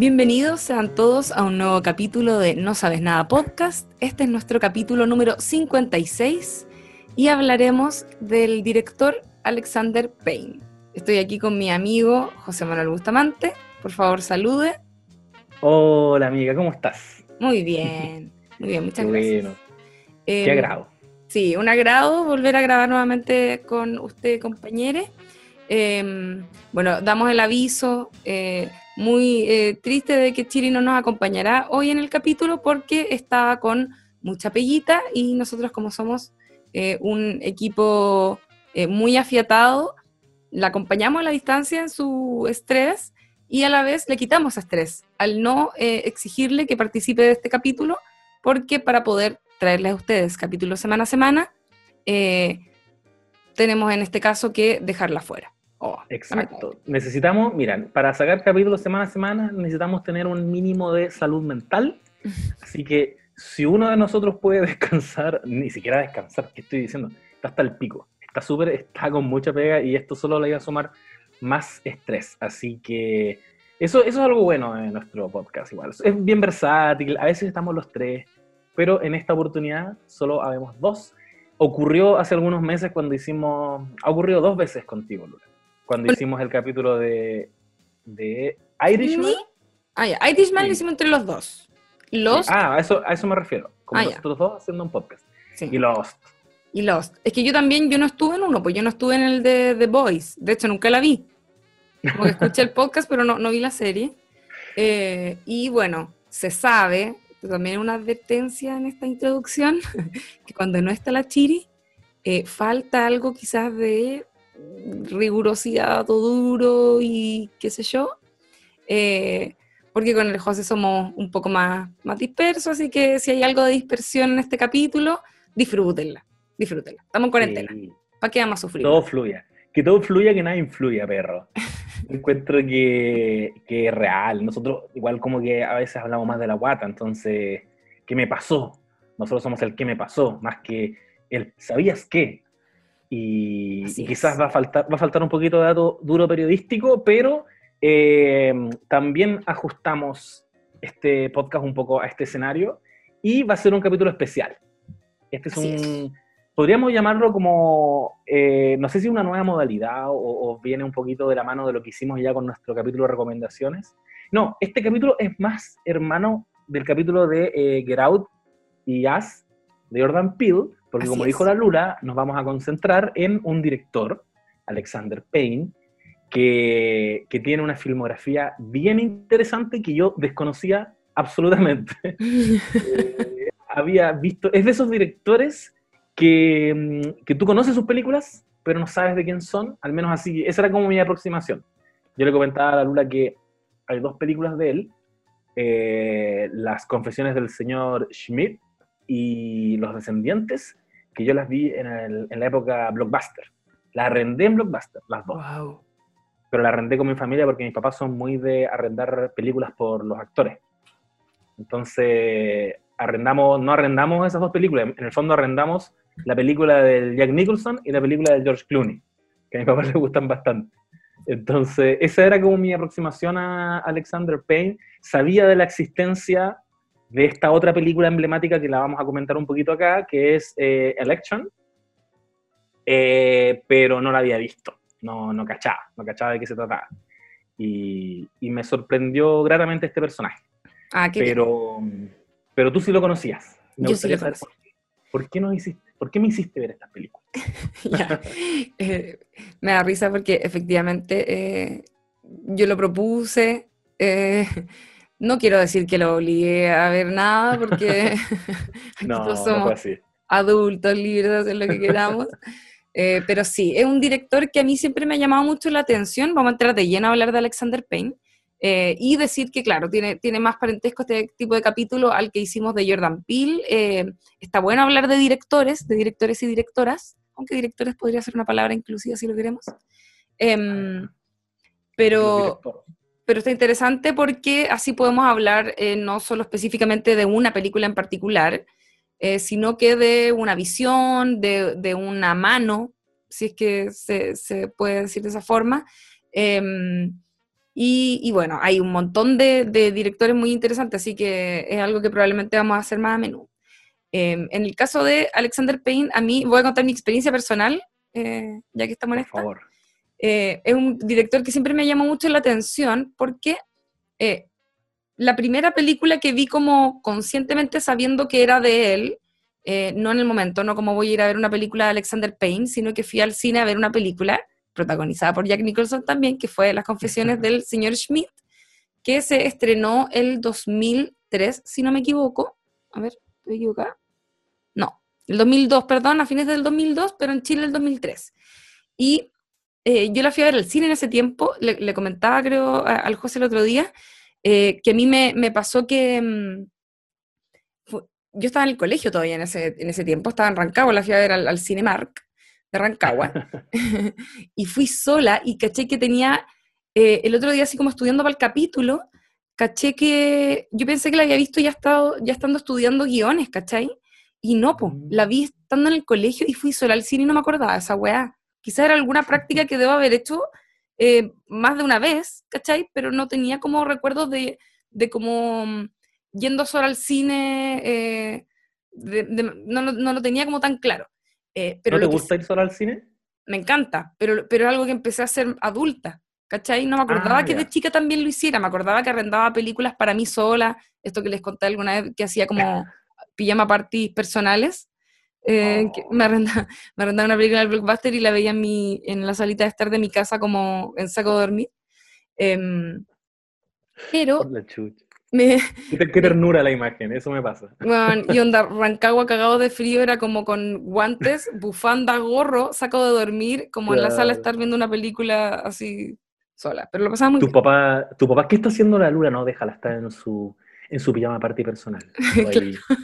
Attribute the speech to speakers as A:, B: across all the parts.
A: Bienvenidos sean todos a un nuevo capítulo de No Sabes Nada Podcast. Este es nuestro capítulo número 56 y hablaremos del director Alexander Payne. Estoy aquí con mi amigo José Manuel Bustamante. Por favor, salude.
B: Hola amiga, ¿cómo estás?
A: Muy bien, muchas
B: Qué
A: gracias.
B: bueno, qué agrado.
A: Sí, un agrado volver a grabar nuevamente con usted, compañere. Bueno, damos el aviso muy triste de que Chiri no nos acompañará hoy en el capítulo porque estaba con mucha peguita y nosotros, como somos un equipo muy afiatado, la acompañamos a la distancia en su estrés y a la vez le quitamos estrés al no exigirle que participe de este capítulo, porque para poder traerles a ustedes capítulos semana a semana tenemos en este caso que dejarla fuera.
B: Exacto. Necesitamos, mira, para sacar capítulos semana a semana necesitamos tener un mínimo de salud mental. Así que si uno de nosotros puede descansar, ni siquiera descansar, ¿qué estoy diciendo? Está hasta el pico, está con mucha pega y esto solo le iba a sumar más estrés. Así que eso es algo bueno en nuestro podcast igual. Es bien versátil, a veces estamos los tres, pero en esta oportunidad solo habemos dos. Ocurrió hace algunos meses ha ocurrido dos veces contigo, Lula. Cuando hicimos el capítulo de Irishman.
A: Irishman lo
B: Sí.
A: hicimos entre los dos.
B: Sí. A eso me refiero. Como nosotros dos haciendo un podcast.
A: Sí.
B: Y Lost.
A: Es que yo no estuve en uno, pues yo no estuve en el de The Boys. De hecho, nunca la vi. Como que escuché el podcast, pero no vi la serie. Y bueno, se sabe, también una advertencia en esta introducción, que cuando no está la Chiri, falta algo quizás de rigurosidad o duro y qué sé yo. Porque con el José somos un poco más dispersos, así que si hay algo de dispersión en este capítulo, disfrútenla. Estamos en cuarentena.
B: Sí.
A: ¿Para qué vamos a sufrir?
B: Todo fluya. Que todo fluya, que nada influya, perro. Encuentro que es real. Nosotros igual como que a veces hablamos más de la guata, entonces, ¿qué me pasó? Nosotros somos el ¿qué me pasó? Más que el ¿sabías qué? Y quizás va a faltar un poquito de dato duro periodístico, pero también ajustamos este podcast un poco a este escenario y va a ser un capítulo especial. Este es podríamos llamarlo como, no sé si una nueva modalidad o viene un poquito de la mano de lo que hicimos ya con nuestro capítulo de recomendaciones. No, este capítulo es más hermano del capítulo de Get Out y Us de Jordan Peele, porque como dijo la Lula, nos vamos a concentrar en un director, Alexander Payne, que tiene una filmografía bien interesante que yo desconocía absolutamente. Había visto, es de esos directores que tú conoces sus películas, pero no sabes de quién son, al menos así, esa era como mi aproximación. Yo le comentaba a la Lula que hay dos películas de él, Las confesiones del señor Schmidt y Los descendientes, que yo las vi en la época Blockbuster. Las arrendé en Blockbuster, las dos.
A: Wow.
B: Pero las arrendé con mi familia porque mis papás son muy de arrendar películas por los actores. Entonces, no arrendamos esas dos películas, en el fondo arrendamos la película de Jack Nicholson y la película de George Clooney, que a mis papás les gustan bastante. Entonces, esa era como mi aproximación a Alexander Payne. Sabía de la existencia de esta otra película emblemática que la vamos a comentar un poquito acá, que es Election, pero no la había visto, no cachaba de qué se trataba. Y me sorprendió gratamente este personaje. Pero tú sí lo conocías. Me gustaría saber por qué me hiciste ver estas películas.
A: Me da risa porque efectivamente yo lo propuse. No quiero decir que lo obligué a ver nada, porque aquí todos somos adultos libres de hacer lo que queramos. Pero sí, es un director que a mí siempre me ha llamado mucho la atención. Vamos a entrar de lleno a hablar de Alexander Payne. Y decir que, claro, tiene más parentesco este tipo de capítulo al que hicimos de Jordan Peele. Está bueno hablar de directores y directoras, aunque directores podría ser una palabra inclusiva si lo queremos. Pero está interesante porque así podemos hablar no solo específicamente de una película en particular, sino que de una visión, de una mano, si es que se puede decir de esa forma, Y bueno, hay un montón de directores muy interesantes, así que es algo que probablemente vamos a hacer más a menudo. En el caso de Alexander Payne, a mí voy a contar mi experiencia personal, ya que estamos en
B: Por
A: esta.
B: favor.
A: Es un director que siempre me llamó mucho la atención porque eh, la primera película que vi como conscientemente sabiendo que era de él, no en el momento, no como voy a ir a ver una película de Alexander Payne, sino que fui al cine a ver una película protagonizada por Jack Nicholson también, que fue Las confesiones del señor Schmidt, que se estrenó el 2003, si no me equivoco. A ver, ¿estoy equivocada? No, el 2002, perdón, a fines del 2002, pero en Chile el 2003. Y yo la fui a ver al cine en ese tiempo, le comentaba creo al José el otro día, que a mí me pasó que yo estaba en el colegio todavía en ese tiempo, estaba en Rancagua, la fui a ver al Cinemark de Rancagua, y fui sola y caché que tenía, el otro día así como estudiando para el capítulo, caché que yo pensé que la había visto ya estando estudiando guiones, ¿cachai? Y no, pues, la vi estando en el colegio y fui sola al cine y no me acordaba de esa weá. Quizás era alguna práctica que debo haber hecho más de una vez, ¿cachai? Pero no tenía como recuerdos de como yendo sola al cine, no lo tenía como tan claro. Pero
B: ¿No te
A: lo que
B: gusta ir solo al cine?
A: me encanta, pero es algo que empecé a hacer adulta, ¿cachai? No me acordaba
B: Ah,
A: que de
B: ya.
A: chica también lo hiciera, me acordaba que arrendaba películas para mí sola, esto que les conté alguna vez, que hacía como pijama parties personales, que
B: Oh,
A: me arrendaba una película del Blockbuster y la veía en la salita de estar de mi casa como en saco de dormir. Em,
B: por
A: pero
B: la chucha.
A: me,
B: Qué
A: me,
B: ternura la imagen, eso me pasa.
A: bueno, y onda, Rancagua cagado de frío era como con guantes, bufanda, gorro, saco de dormir, como en la sala
B: Claro.
A: estar viendo una película así sola, pero lo pasaba muy bien.
B: Tu papá, ¿qué está haciendo la Luna? No, déjala estar en su pijama party personal. Tú
A: Claro.
B: ahí.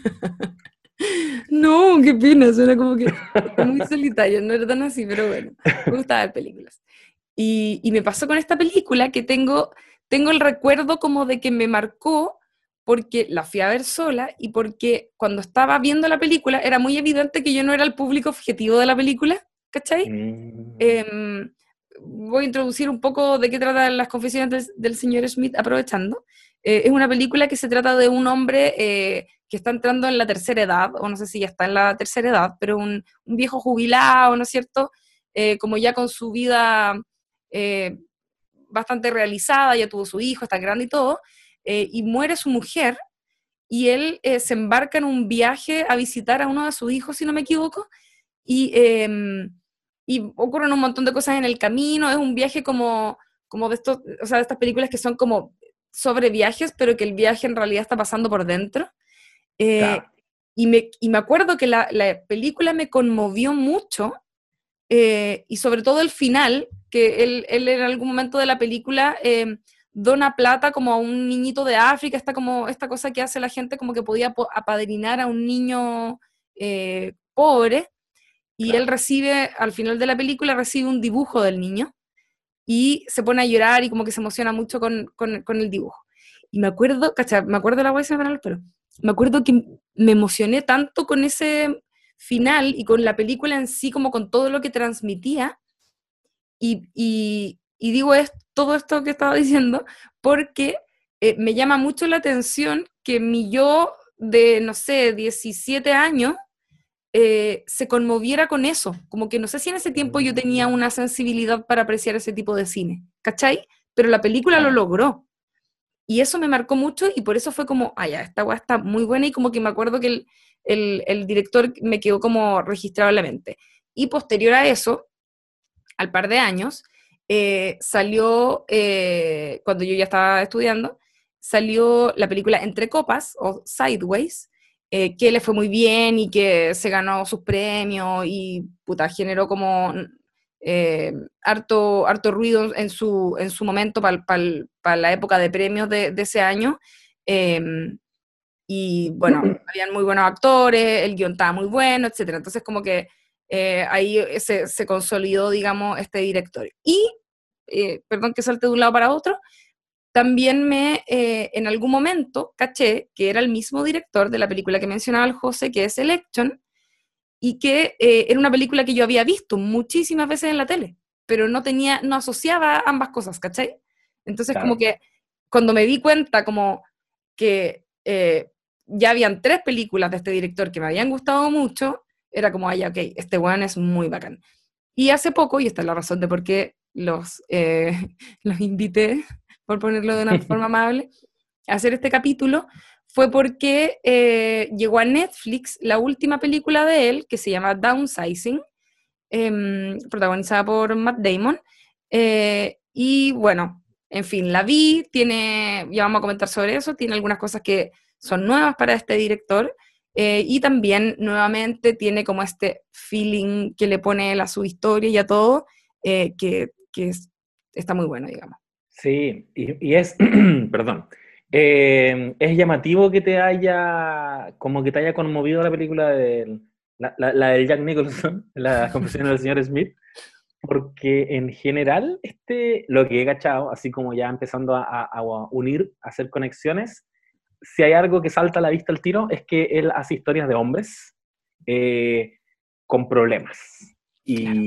A: No, qué pena, suena como que está muy solitario, no era tan así, pero bueno, me gustaba ver películas. Y me pasó con esta película que tengo el recuerdo como de que me marcó porque la fui a ver sola y porque cuando estaba viendo la película era muy evidente que yo no era el público objetivo de la película, ¿cachai?
B: Mm,
A: Em, Voy a introducir un poco de qué trata Las confesiones del señor Smith, aprovechando. Es una película que se trata de un hombre que está entrando en la tercera edad, o no sé si ya está en la tercera edad, pero un viejo jubilado, ¿no es cierto? Como ya con su vida eh, bastante realizada, ya tuvo su hijo, está grande y todo, y muere su mujer, y él se embarca en un viaje a visitar a uno de sus hijos, si no me equivoco, y, y ocurren un montón de cosas en el camino, es un viaje como de estos, o sea, de estas películas que son como sobre viajes, pero que el viaje en realidad está pasando por dentro. Eh,
B: claro.
A: y me acuerdo que la película me conmovió mucho, y sobre todo el final, que él en algún momento de la película dona plata como a un niñito de África, está como esta cosa que hace la gente como que podía apadrinar a un niño pobre, y él
B: Claro.
A: recibe, al final de la película, recibe un dibujo del niño y se pone a llorar y como que se emociona mucho con el dibujo. Y me acuerdo, cacha, me acuerdo de la hueá de pero me acuerdo que me emocioné tanto con ese final y con la película en sí, como con todo lo que transmitía, y digo todo esto que estaba diciendo porque me llama mucho la atención que mi yo de, no sé, 17 años, se conmoviera con eso. Como que no sé si en ese tiempo yo tenía
B: Mm,
A: una sensibilidad para apreciar ese tipo de cine, ¿cachai? Pero la película lo
B: claro.
A: logró. Y eso me marcó mucho y por eso fue como, ah, ya, esta weá está muy buena y como que me acuerdo que el director me quedó como registrado en la mente. Y posterior a eso, al par de años, salió, cuando yo ya estaba estudiando, salió la película Entre Copas o Sideways, que le fue muy bien y que se ganó sus premios y puta, generó como harto ruido en su momento para la época de premios de ese año. Eh, y bueno, habían muy buenos actores, el guión estaba muy bueno, etcétera. Entonces como que ahí se consolidó, digamos, este director. Y, perdón que salte de un lado para otro, también en algún momento caché que era el mismo director de la película que mencionaba el José, que es Election, y que era una película que yo había visto muchísimas veces en la tele, pero no asociaba ambas cosas, ¿cachai? Entonces, como
B: Claro.
A: que cuando me di cuenta como que ya habían 3 películas de este director que me habían gustado mucho, era como, ay, ok, este weón es muy bacán. Y hace poco, y esta es la razón de por qué los invité, por ponerlo de una forma amable, a hacer este capítulo, fue porque llegó a Netflix la última película de él, que se llama Downsizing, protagonizada por Matt Damon. Y bueno, en fin, la vi, ya vamos a comentar sobre eso, tiene algunas cosas que son nuevas para este director, y también nuevamente tiene como este feeling que le pone él a su historia y a todo, está muy bueno, digamos.
B: Sí, y es, perdón, es llamativo que como que te haya conmovido la película la del Jack Nicholson, La confesión del señor Smith, porque en general, lo que he cachado, así como ya empezando a unir, a hacer conexiones, si hay algo que salta a la vista al tiro, es que él hace historias de hombres eh, con problemas.
A: Claro.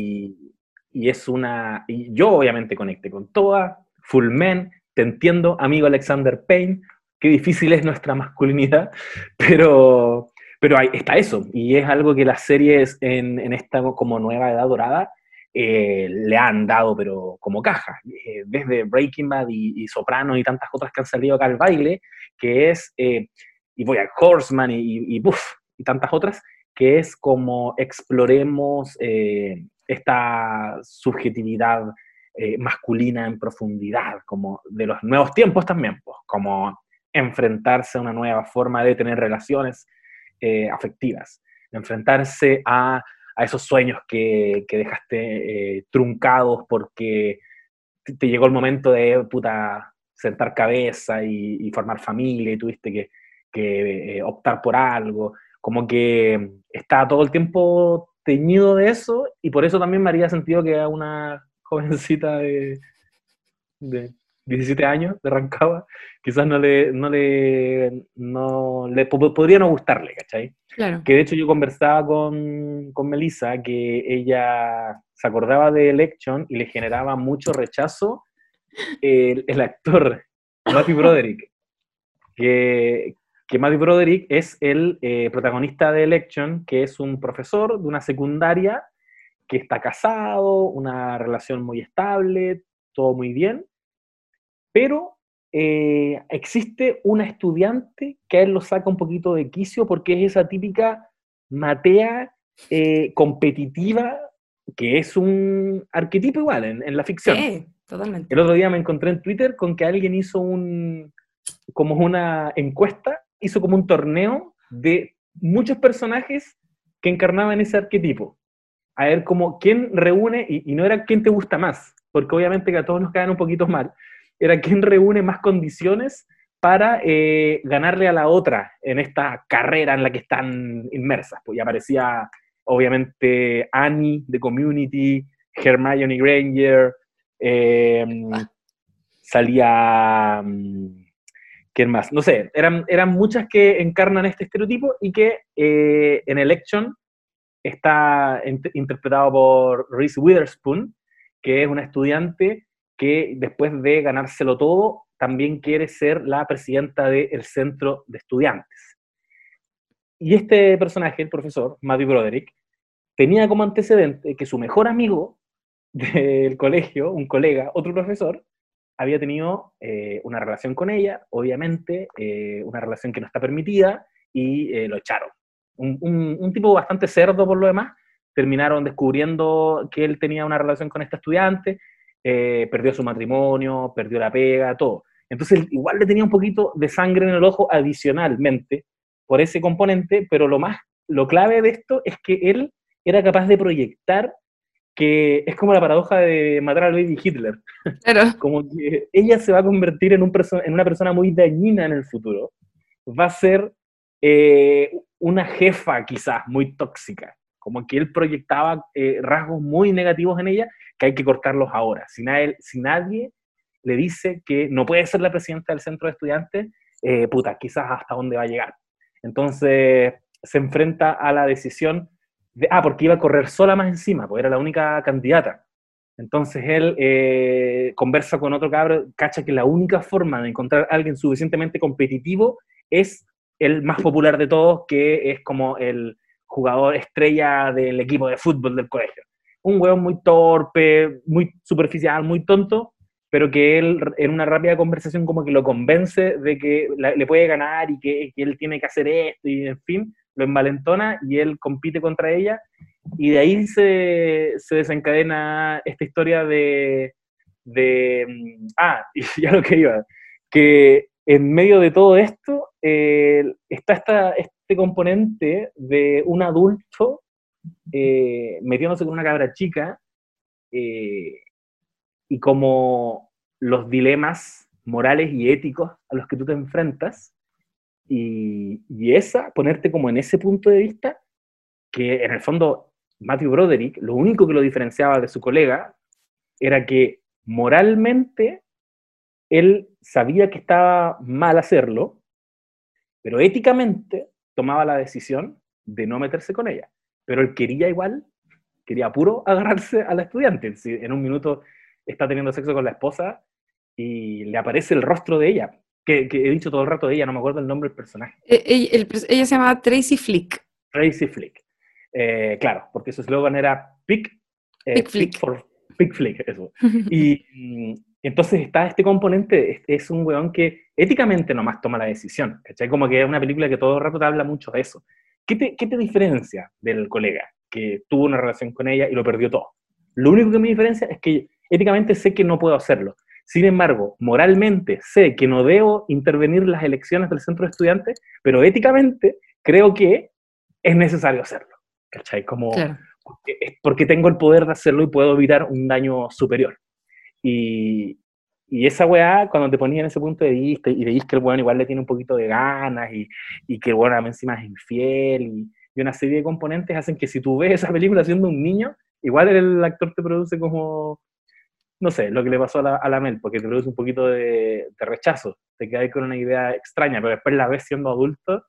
B: Y yo obviamente conecté con toda, Full Men, te entiendo, amigo Alexander Payne, qué difícil es nuestra masculinidad, pero, pero ahí está eso, y es algo que las series en esta como nueva edad dorada le han dado, pero como caja, desde Breaking Bad y Sopranos y tantas otras que han salido acá al baile, que es, y voy a Horseman y tantas otras, que es como exploremos esta subjetividad masculina en profundidad, como de los nuevos tiempos también, pues, como enfrentarse a una nueva forma de tener relaciones afectivas, enfrentarse a esos sueños que dejaste truncados porque te llegó el momento de puta, sentar cabeza y formar familia y tuviste que optar por algo, como que está todo el tiempo teñido de eso y por eso también me haría sentido que a una jovencita de 17 años de Rancagua quizás podría no gustarle, ¿cachai?
A: Claro.
B: Que de hecho yo conversaba con Melissa que ella se acordaba de Election y le generaba mucho rechazo el actor Matthew Broderick, que, que Matthew Broderick es el protagonista de Election, que es un profesor de una secundaria que está casado, una relación muy estable, todo muy bien, pero existe una estudiante que a él lo saca un poquito de quicio porque es esa típica matea competitiva que es un arquetipo igual en la ficción.
A: Sí,
B: El
A: totalmente.
B: otro día me encontré en Twitter con que alguien hizo como una encuesta, hizo como un torneo de muchos personajes que encarnaban ese arquetipo. A ver como quién reúne, y no era quién te gusta más, porque obviamente que a todos nos quedan un poquito mal, era quién reúne más condiciones para ganarle a la otra en esta carrera en la que están inmersas. Pues ya aparecía obviamente Annie de Community, Hermione Granger, eh, salía... ¿Quién más? No sé, eran muchas que encarnan este estereotipo y que en Election está interpretado por Reese Witherspoon, que es una estudiante que después de ganárselo todo, también quiere ser la presidenta del centro de estudiantes. Y este personaje, el profesor, Matthew Broderick, tenía como antecedente que su mejor amigo del colegio, un colega, otro profesor, había tenido una relación con ella, obviamente, una relación que no está permitida, y lo echaron. Un tipo bastante cerdo por lo demás, terminaron descubriendo que él tenía una relación con esta estudiante, perdió su matrimonio, perdió la pega, todo. Entonces igual le tenía un poquito de sangre en el ojo adicionalmente por ese componente, pero lo clave de esto es que él era capaz de proyectar que es como la paradoja de matar al baby Hitler,
A: Claro.
B: como que ella se va a convertir en una persona muy dañina en el futuro, va a ser una jefa quizás muy tóxica, como que él proyectaba rasgos muy negativos en ella que hay que cortarlos ahora. Si nadie le dice que no puede ser la presidenta del centro de estudiantes, puta, quizás hasta dónde va a llegar. Entonces se enfrenta a la decisión porque iba a correr sola más encima, porque era la única candidata. Entonces él conversa con otro cabro, cacha que la única forma de encontrar a alguien suficientemente competitivo es el más popular de todos, que es como el jugador estrella del equipo de fútbol del colegio. Un hueón muy torpe, muy superficial, muy tonto, pero que él en una rápida conversación como que lo convence de que le puede ganar y que él tiene que hacer esto y en fin, lo envalentona y él compite contra ella y de ahí se desencadena esta historia y ya lo que iba, que en medio de todo esto está este componente de un adulto metiéndose con una cabra chica eh, y como los dilemas morales y éticos a los que tú te enfrentas y ponerte como en ese punto de vista que en el fondo Matthew Broderick, lo único que lo diferenciaba de su colega era que moralmente él sabía que estaba mal hacerlo, pero éticamente tomaba la decisión de no meterse con ella. Pero él quería igual, quería puro agarrarse a la estudiante. Si en un minuto está teniendo sexo con la esposa y le aparece el rostro de ella, que he dicho todo el rato de ella, no me acuerdo el nombre del personaje.
A: Ella se llama Tracy Flick.
B: Tracy Flick. Claro, porque su eslogan era
A: Pick Flick.
B: Pick Flick, eso. Y entonces está este componente, es un weón que éticamente nomás toma la decisión, ¿cachai? Como que es una película que todo el rato te habla mucho de eso. ¿Qué te diferencia del colega que tuvo una relación con ella y lo perdió todo? Lo único que me diferencia es que éticamente sé que no puedo hacerlo. Sin embargo, moralmente sé que no debo intervenir las elecciones del centro de estudiantes, pero éticamente creo que es necesario hacerlo, ¿cachai? Como,
A: Claro.
B: porque tengo el poder de hacerlo y puedo evitar un daño superior. Y, y esa weá, cuando te ponía en ese punto de vista y veis que el weón igual le tiene un poquito de ganas y que el weón encima es infiel y una serie de componentes hacen que si tú ves esa película siendo un niño, igual el actor te produce como, no sé, lo que le pasó a la Mel, porque te produce un poquito de rechazo, te quedas con una idea extraña, pero después la ves siendo adulto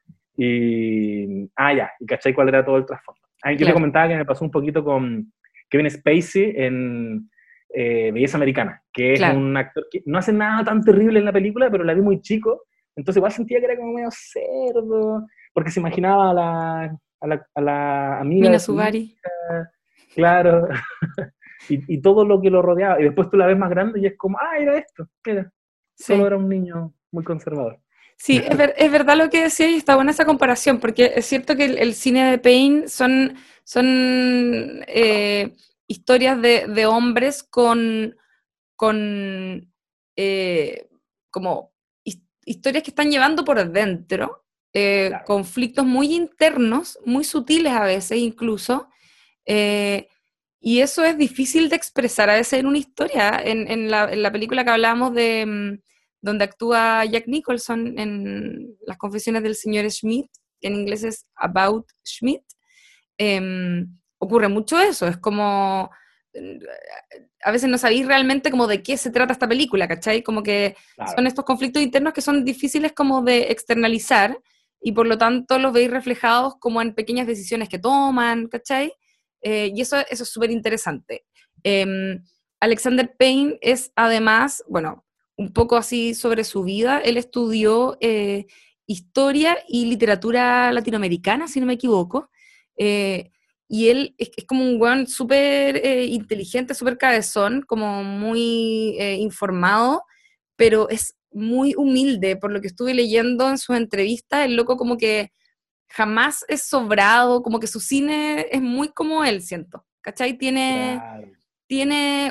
B: y cachai cuál era todo el trasfondo. Yo te
A: Claro.
B: comentaba que me pasó un poquito con Kevin Spacey en Belleza Americana, que es
A: Claro.
B: un actor que no hace nada tan terrible en la película, pero la vi muy chico, entonces igual sentía que era como medio cerdo, porque se imaginaba a la amiga
A: Mina
B: de su hija,
A: Subari.
B: claro, y todo lo que lo rodeaba, y después tú la ves más grande y es como, era esto, mira, solo
A: Sí.
B: era un niño muy conservador.
A: Sí, es verdad lo que decía y está buena esa comparación, porque es cierto que el cine de Payne son historias de hombres con eh, como historias que están llevando por dentro,
B: Claro.
A: conflictos muy internos, muy sutiles a veces incluso, eh, y eso es difícil de expresar a veces en una historia. En la película que hablábamos de donde actúa Jack Nicholson en Las confesiones del señor Schmidt, que en inglés es About Schmidt, ocurre mucho eso, es como a veces no sabéis realmente como de qué se trata esta película, ¿cachai? Como que son
B: Claro.
A: estos conflictos internos que son difíciles como de externalizar y por lo tanto los veis reflejados como en pequeñas decisiones que toman, ¿cachai? Y eso es súper interesante. Alexander Payne es además, bueno, un poco así sobre su vida, él estudió historia y literatura latinoamericana, si no me equivoco, eh, y él es como un weón súper inteligente, súper cabezón, como muy informado, pero es muy humilde, por lo que estuve leyendo en sus entrevistas, el loco como que jamás es sobrado, como que su cine es muy como él, siento, ¿cachai?
B: Claro.
A: Tiene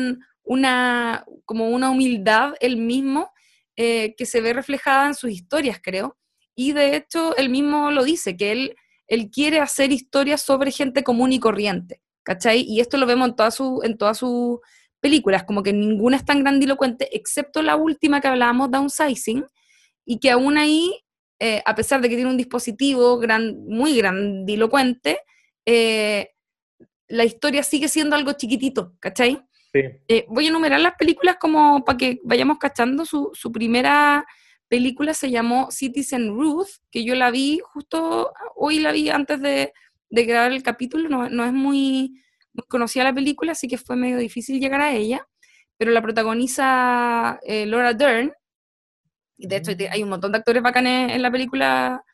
A: como una humildad él mismo que se ve reflejada en sus historias, creo, y de hecho él mismo lo dice, que él quiere hacer historias sobre gente común y corriente, ¿cachai? Y esto lo vemos en todas sus películas, como que ninguna es tan grandilocuente, excepto la última que hablábamos, Downsizing, y que aún ahí, a pesar de que tiene un dispositivo muy grandilocuente, eh, la historia sigue siendo algo chiquitito, ¿cachai?
B: Sí.
A: Voy a enumerar las películas como para que vayamos cachando. Su primera película se llamó Citizen Ruth, que yo la vi justo, hoy la vi antes de grabar el capítulo, no es muy conocida la película, así que fue medio difícil llegar a ella, pero la protagoniza Laura Dern, y de hecho hay un montón de actores bacanes en la película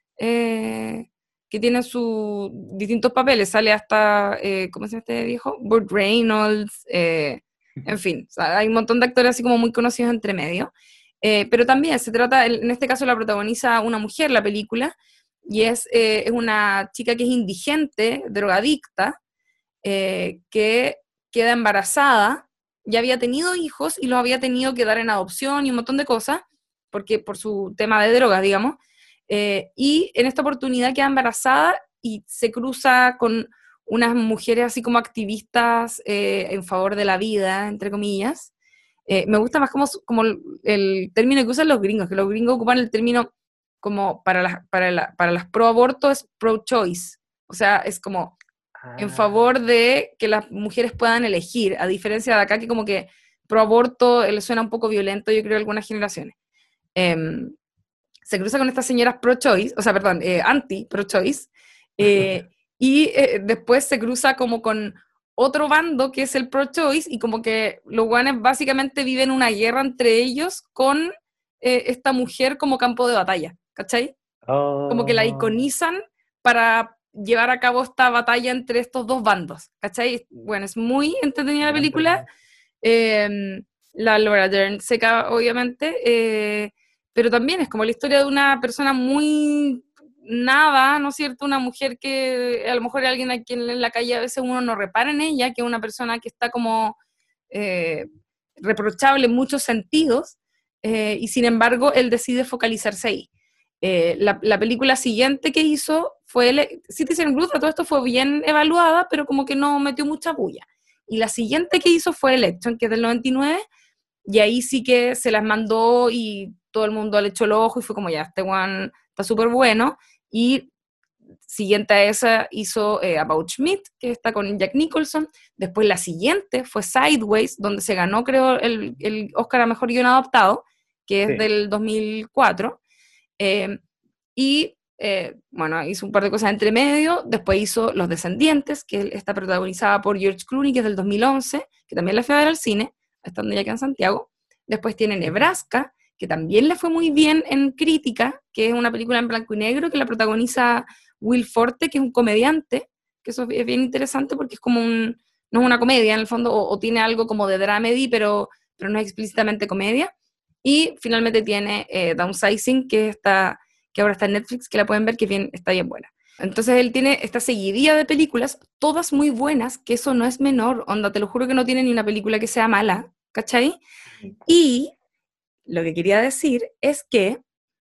A: que tienen sus distintos papeles, sale hasta, ¿cómo se llama este viejo? Burt Reynolds, en fin, o sea, hay un montón de actores así como muy conocidos entre medio. Pero también se trata, en este caso la protagoniza una mujer la película, y es una chica que es indigente, drogadicta, que queda embarazada, ya había tenido hijos y los había tenido que dar en adopción y un montón de cosas, porque por su tema de drogas, digamos, y en esta oportunidad queda embarazada y se cruza con unas mujeres así como activistas en favor de la vida, entre comillas. Me gusta más como el término que usan los gringos, que los gringos ocupan el término como para las pro aborto es pro choice, o sea, es como en
B: Ah,
A: favor de que las mujeres puedan elegir, a diferencia de acá que como que pro aborto le suena un poco violento, yo creo, a algunas generaciones. Eh, Se cruza con estas señoras pro choice, o sea, perdón, anti pro choice, y después se cruza como con otro bando que es el pro choice, y como que los guanes básicamente viven una guerra entre ellos con esta mujer como campo de batalla, ¿cachai? Como que la
B: oh,
A: iconizan para llevar a cabo esta batalla entre estos dos bandos, ¿cachai? Bueno, es muy entretenida la
B: ya
A: película,
B: entretenido.
A: eh, la Laura Dern seca, obviamente, pero también es como la historia de una persona muy nada, ¿no es cierto? Una mujer que a lo mejor hay alguien a quien en la calle a veces uno no repara en ella, que es una persona que está como eh, reprochable en muchos sentidos, y sin embargo él decide focalizarse ahí. La película siguiente que hizo fue Citizen Ruth, a todo esto fue bien evaluada, pero como que no metió mucha bulla. Y la siguiente que hizo fue Election, que es del 99, y ahí sí que se las mandó y todo el mundo le echó el ojo y fue como, ya, este one está súper bueno. Y siguiente a esa hizo About Schmidt, que está con Jack Nicholson. Después la siguiente fue Sideways, donde se ganó, creo, el Oscar a Mejor Guión Adaptado, que es
B: Sí,
A: del 2004. Eh, y bueno, hizo un par de cosas entre medio. Después hizo Los Descendientes, que está protagonizada por George Clooney, que es del 2011, que también la fui a ver al cine, estando ya acá en Santiago. Después tiene Nebraska, que también le fue muy bien en crítica, que es una película en blanco y negro que la protagoniza Will Forte, que es un comediante, que eso es bien interesante porque es como no es una comedia en el fondo, o tiene algo como de dramedy, pero no es explícitamente comedia. Y finalmente tiene Downsizing, que ahora está en Netflix, que la pueden ver, que está bien buena. Entonces él tiene esta seguidilla de películas, todas muy buenas, que eso no es menor, onda, te lo juro que no tiene ni una película que sea mala, ¿cachai? Y lo que quería decir es que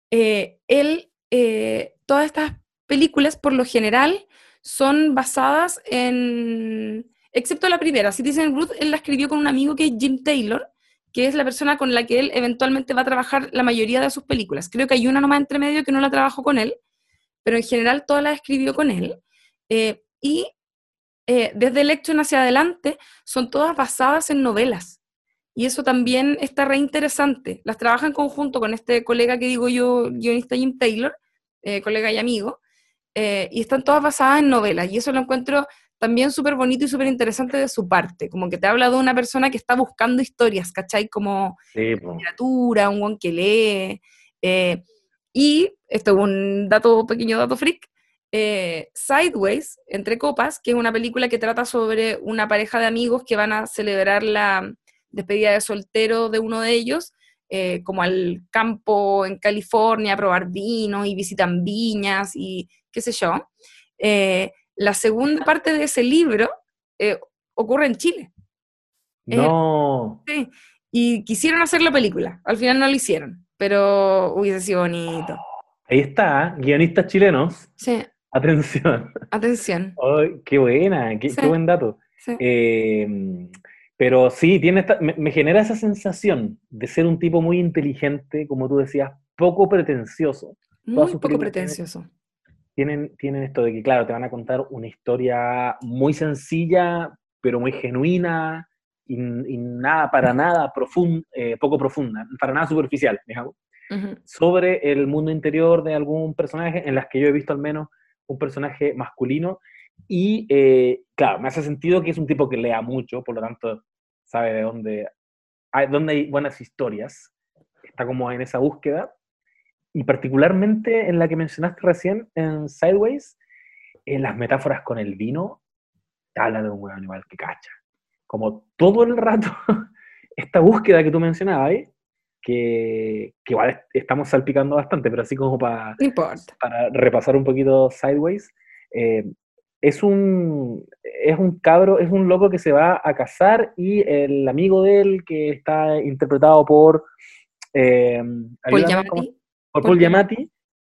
A: todas estas películas, por lo general, son basadas excepto la primera, Citizen Ruth, él la escribió con un amigo que es Jim Taylor, que es la persona con la que él eventualmente va a trabajar la mayoría de sus películas. Creo que hay una nomás entre medio que no la trabajó con él, pero en general todas las escribió con él. Y desde Election hacia adelante son todas basadas en novelas. Y eso también está re interesante. Las trabaja en conjunto con este colega que digo yo, guionista Jim Taylor, colega y amigo, y están todas basadas en novelas. Y eso lo encuentro también súper bonito y súper interesante de su parte. Como que te habla de una persona que está buscando historias, ¿cachai? Como
B: sí, po.
A: literatura, un guan que lee. Y esto es un dato, pequeño dato freak. Sideways, Entre Copas, que es una película que trata sobre una pareja de amigos que van a celebrar la despedida de soltero de uno de ellos, como al campo en California a probar vino y visitan viñas y qué sé yo. La segunda parte de ese libro eh, ocurre en Chile. Eh,
B: No,
A: sí, y quisieron hacer la película, al final no lo hicieron, pero hubiese sido bonito.
B: ahí está, guionistas chilenos,
A: Sí,
B: atención.
A: atención.
B: Ay, qué buena,
A: Sí,
B: qué buen dato.
A: sí.
B: Eh, pero sí, me genera esa sensación de ser un tipo muy inteligente, como tú decías, poco pretencioso. Todas
A: Muy
B: sus
A: poco
B: películas
A: pretencioso.
B: tienen esto de que, claro, te van a contar una historia muy sencilla, pero muy genuina y nada, para nada poco profunda, para nada superficial, digamos,
A: Ujú.
B: sobre el mundo interior de algún personaje, en las que yo he visto al menos un personaje masculino Y claro, me hace sentido que es un tipo que lea mucho, por lo tanto sabe de dónde hay buenas historias, está como en esa búsqueda, y particularmente en la que mencionaste recién, en Sideways, en las metáforas con el vino, te habla de un weón igual que cacha. Como todo el rato, esta búsqueda que tú mencionabas, que igual estamos salpicando bastante, pero así como
A: No importa.
B: para repasar un poquito Sideways, eh, es un cabro, es un loco que se va a casar y el amigo de él, que está interpretado por,
A: Paul
B: ayúdame, ¿cómo?
A: Giamatti.
B: Por
A: Paul
B: Paul
A: Giamatti.
B: Giamatti,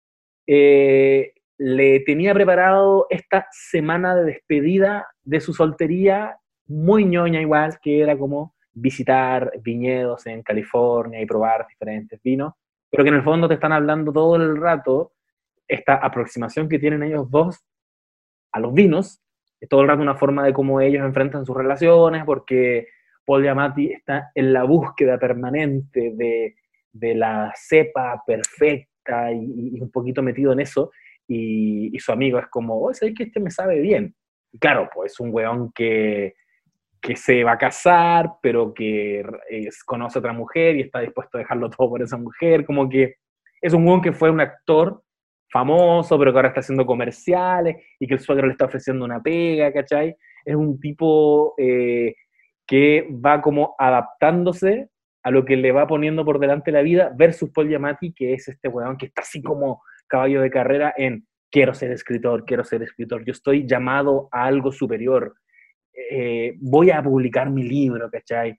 B: le tenía preparado esta semana de despedida de su soltería, muy ñoña igual, que era como visitar viñedos en California y probar diferentes vinos, pero que en el fondo te están hablando todo el rato esta aproximación que tienen ellos dos a los vinos, es todo el rato una forma de cómo ellos enfrentan sus relaciones, porque Paul Giamatti está en la búsqueda permanente de la cepa perfecta y un poquito metido en eso, y su amigo es como, oh, ¿sabes que este me sabe bien? Y claro, pues es un weón que se va a casar, pero que conoce a otra mujer y está dispuesto a dejarlo todo por esa mujer, como que es un weón que fue un actor famoso, pero que ahora está haciendo comerciales y que el suegro le está ofreciendo una pega, ¿cachai? Es un tipo que va como adaptándose a lo que le va poniendo por delante la vida, versus Paul Giamatti, que es este weón que está así como caballo de carrera en quiero ser escritor, yo estoy llamado a algo superior, voy a publicar mi libro, ¿cachai?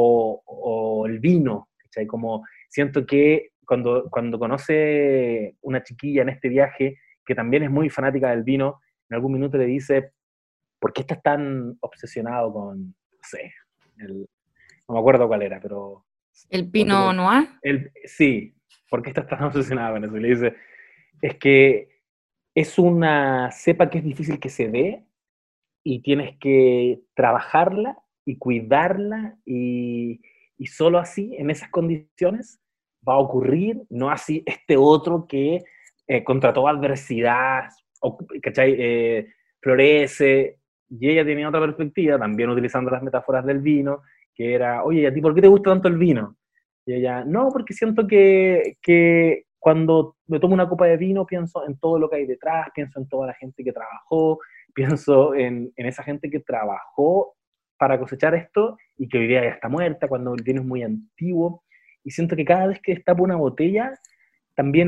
B: O el vino, ¿cachai? Como siento que cuando conoce una chiquilla en este viaje, que también es muy fanática del vino, en algún minuto le dice, ¿por qué estás tan obsesionado con, no sé, no me acuerdo cuál era, pero
A: El
B: ponte
A: Pinot Noir.
B: sí, ¿por qué estás tan obsesionado con eso? Y le dice, es que es una cepa que es difícil que se dé, y tienes que trabajarla y cuidarla y solo así, en esas condiciones, va a ocurrir, no así este otro que contra toda adversidad, ¿cachai? Florece, y ella tenía otra perspectiva, también utilizando las metáforas del vino, que era, oye, ¿a ti por qué te gusta tanto el vino? Y ella, no, porque siento que cuando me tomo una copa de vino pienso en todo lo que hay detrás, pienso en toda la gente que trabajó, pienso en esa gente que trabajó para cosechar esto y que hoy día ya está muerta, cuando el vino es muy antiguo. Y siento que cada vez que destapo una botella, también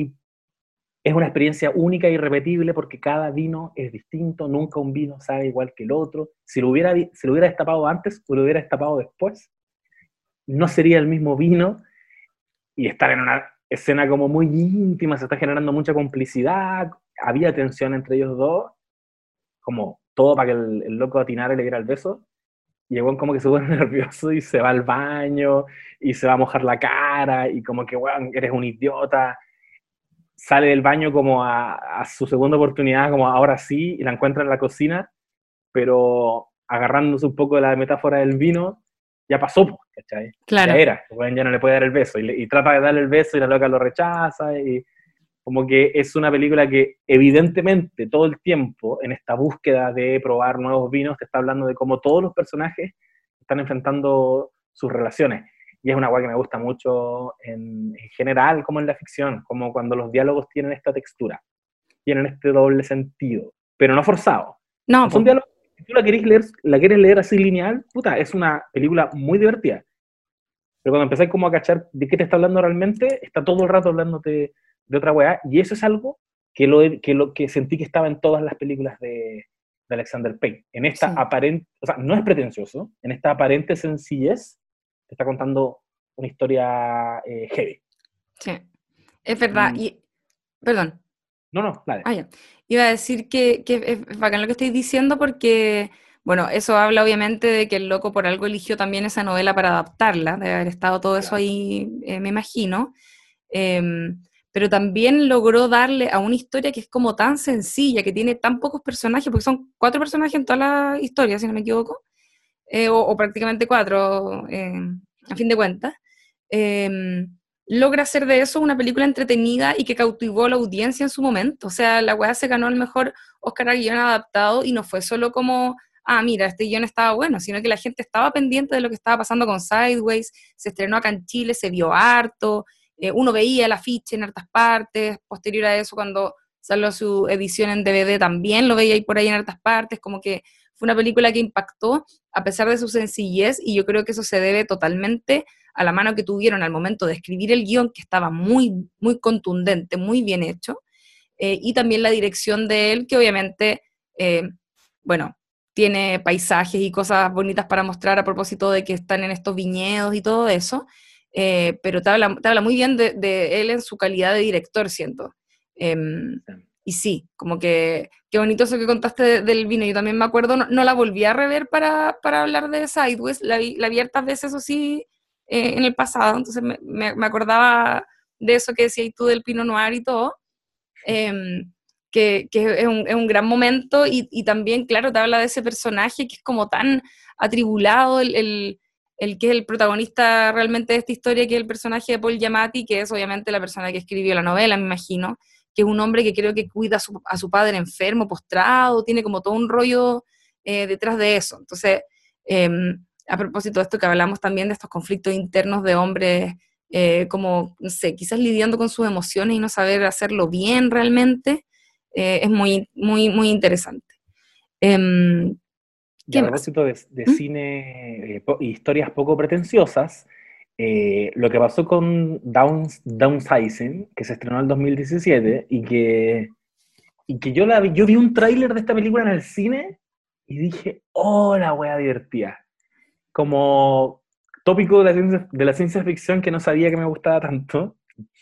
B: es una experiencia única y irrepetible porque cada vino es distinto, nunca un vino sabe igual que el otro. Si lo hubiera destapado antes o lo hubiera destapado después, no sería el mismo vino, y estar en una escena como muy íntima, se está generando mucha complicidad, había tensión entre ellos dos, como todo para que el loco atinara y le diera el beso, y el weón como que se pone nervioso y se va al baño y se va a mojar la cara y como que, weón, eres un idiota. Sale del baño como a su segunda oportunidad, como ahora sí, y la encuentra en la cocina, pero agarrándose un poco de la metáfora del vino, ya pasó, ¿cachai? Ya
A: Claro.
B: era, el weón ya no le puede dar el beso, y trata de darle el beso y la loca lo rechaza, y como que es una película que evidentemente todo el tiempo en esta búsqueda de probar nuevos vinos te está hablando de cómo todos los personajes están enfrentando sus relaciones. Y es una guay que me gusta mucho en general, como en la ficción, como cuando los diálogos tienen esta textura, tienen este doble sentido, pero no forzado.
A: No,
B: No son
A: pues.
B: diálogos, si tú la quieres leer así lineal, puta, es una película muy divertida. Pero cuando empezáis como a cachar de qué te está hablando realmente, está todo el rato hablándote de otra weá, y eso es algo que sentí que estaba en todas las películas de Alexander Payne. En esta
A: Sí,
B: aparente, o sea, no es pretencioso, en esta aparente sencillez, te está contando una historia heavy.
A: sí. Es verdad.
B: Y,
A: Y, perdón.
B: no, no, dale.
A: Ah, ya. Iba a decir que es bacán lo que estáis diciendo porque, bueno, eso habla obviamente de que el loco por algo eligió también esa novela para adaptarla, de haber estado todo eso
B: Claro.
A: ahí, me imagino. Pero también logró darle a una historia que es como tan sencilla, que tiene tan pocos personajes, porque son 4 personajes en toda la historia, si no me equivoco, o prácticamente 4, a fin de cuentas. em, logra hacer de eso una película entretenida y que cautivó a la audiencia en su momento. O sea, la weá se ganó el mejor Oscar a guión adaptado y no fue solo como, ah, mira, este guión estaba bueno, sino que la gente estaba pendiente de lo que estaba pasando con Sideways, se estrenó acá en Chile, se vio harto, uno veía el afiche en hartas partes, posterior a eso cuando salió su edición en DVD también lo veía ahí por ahí en hartas partes, como que fue una película que impactó a pesar de su sencillez y yo creo que eso se debe totalmente a la mano que tuvieron al momento de escribir el guión, que estaba muy, muy contundente, muy bien hecho, y también la dirección de él, que obviamente, eh, bueno, tiene paisajes y cosas bonitas para mostrar a propósito de que están en estos viñedos y todo eso, pero te habla muy bien de él en su calidad de director, siento. Y sí, como que qué bonito eso que contaste del vino. Yo también me acuerdo, no la volví a rever para hablar de Sideways, la vi hartas veces, eso sí, en el pasado, entonces me acordaba de eso que decías tú del Pinot Noir y todo, eh, que es un gran momento y también, claro, te habla de ese personaje que es como tan atribulado, el que es el protagonista realmente de esta historia, que es el personaje de Paul Giamatti, que es obviamente la persona que escribió la novela, me imagino, que es un hombre que creo que cuida a su padre enfermo, postrado, tiene como todo un rollo detrás de eso. Entonces, eh, a propósito de esto que hablamos también de estos conflictos internos de hombres, como, no sé, quizás lidiando con sus emociones y no saber hacerlo bien realmente, es muy, muy, muy interesante.
B: Y a
A: ¿Qué más?
B: propósito de
A: ¿Mm?
B: cine, historias poco pretenciosas, lo que pasó con Downsizing, que se estrenó en el 2017 y que yo vi un tráiler de esta película en el cine y dije, oh, la wea divertida. Como tópico de la ciencia ficción que no sabía que me gustaba tanto,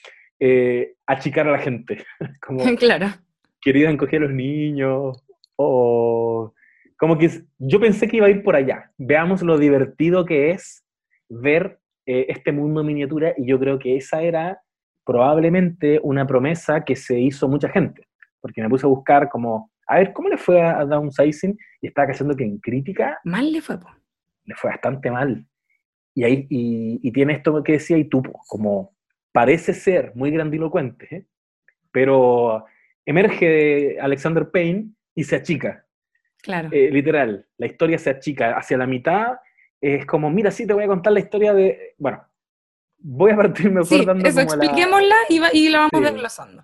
B: achicar a la gente. Como
A: Claro.
B: querían coger a los niños, o como que yo pensé que iba a ir por allá. Veamos lo divertido que es ver este mundo en miniatura, y yo creo que esa era probablemente una promesa que se hizo mucha gente, porque me puse a buscar como, a ver, ¿cómo le fue a Downsizing? Y estaba cachando que en crítica
A: Mal le fue, po.
B: le fue bastante mal. Y, ahí, y tiene esto que decía y tú, como parece ser muy grandilocuente, ¿eh? Pero emerge de Alexander Payne y se achica,
A: Claro.
B: literal, la historia se achica hacia la mitad, es como, mira, sí, te voy a contar la historia de, bueno, voy a partir mejor
A: Sí,
B: dando
A: eso,
B: como la,
A: expliquémosla y la vamos
B: sí,
A: desglosando.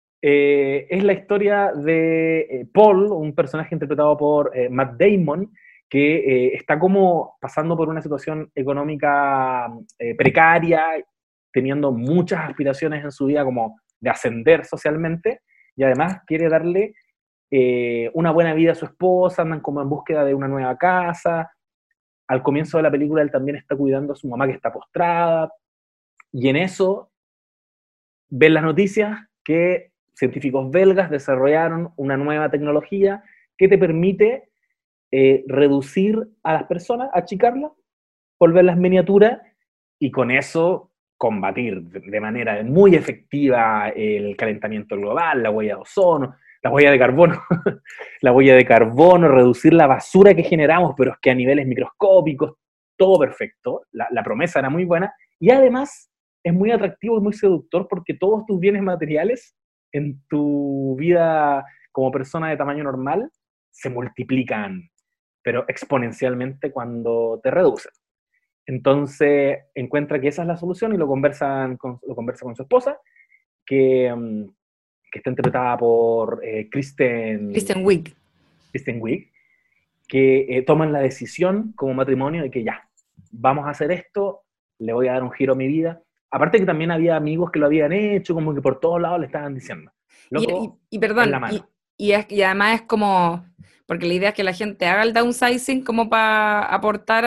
B: es la historia de Paul, un personaje interpretado por Matt Damon, que está como pasando por una situación económica precaria, teniendo muchas aspiraciones en su vida como de ascender socialmente, y además quiere darle una buena vida a su esposa, andan como en búsqueda de una nueva casa. Al comienzo de la película él también está cuidando a su mamá que está postrada, y en eso ven las noticias que científicos belgas desarrollaron una nueva tecnología que te permite reducir a las personas, achicarlas, volverlas miniaturas y con eso combatir de manera muy efectiva el calentamiento global, la huella de ozono, la huella de carbono, la huella de carbono, reducir la basura que generamos, pero es que a niveles microscópicos, todo perfecto, la promesa era muy buena, y además es muy atractivo y muy seductor porque todos tus bienes materiales en tu vida como persona de tamaño normal se multiplican, pero exponencialmente cuando te reducen. Entonces encuentra que esa es la solución y lo conversa con su esposa, que, que está interpretada por
A: Kristen Wiig.
B: Kristen Wiig, que toman la decisión como matrimonio de que ya, vamos a hacer esto, le voy a dar un giro a mi vida. Aparte que también había amigos que lo habían hecho, como que por todos lados le estaban diciendo, loco, en la
A: Perdón,
B: mano.
A: y además es como, porque la idea es que la gente haga el downsizing como para aportar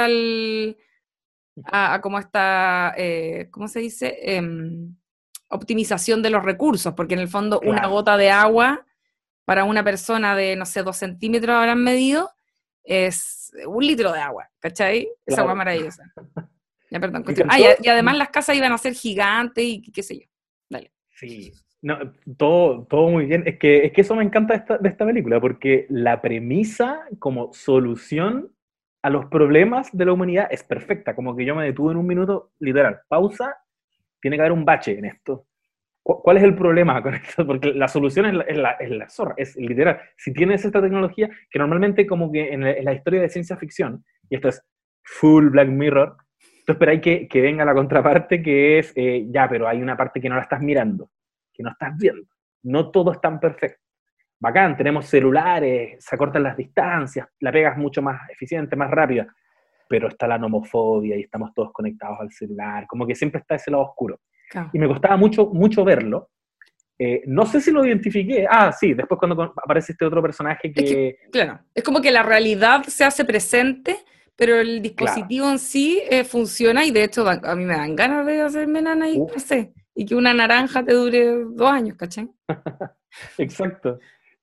A: a como esta, ¿cómo se dice? Optimización de los recursos, porque en el fondo una
B: Claro,
A: gota de agua para una persona de, no sé, 2 centímetros habrán medido, es 1 litro de agua, ¿cachai? Esa agua
B: claro.
A: maravillosa. Ya, perdón,
B: Me
A: continúa. Ah,
B: encantó.
A: y además las casas iban a ser gigantes y qué sé yo. Dale.
B: Sí, no, todo muy bien. Es que eso me encanta de esta película, porque la premisa como solución a los problemas de la humanidad es perfecta. Como que yo me detuve en un minuto, literal, pausa, tiene que haber un bache en esto. ¿Cuál es el problema con esto? Porque la solución es la zorra, es literal. Si tienes esta tecnología, que normalmente como que en la historia de ciencia ficción, y esto es full Black Mirror, tú esperáis que venga la contraparte que es, ya, pero hay una parte que no la estás mirando, que no estás viendo. No todo es tan perfecto. Bacán, tenemos celulares, se acortan las distancias, la pega es mucho más eficiente, más rápida, pero está la nomofobia y estamos todos conectados al celular, como que siempre está ese lado oscuro.
A: Claro.
B: Y me costaba mucho, mucho verlo. No sé si lo identifiqué. Ah, sí, después cuando aparece este otro personaje que...
A: Claro, es como que la realidad se hace presente, pero el
B: Claro.
A: dispositivo en sí funciona y de hecho a mí me dan ganas de hacerme nana y no
B: Uf,
A: sé, y que una naranja te dure 2 años, ¿cachai?
B: exacto.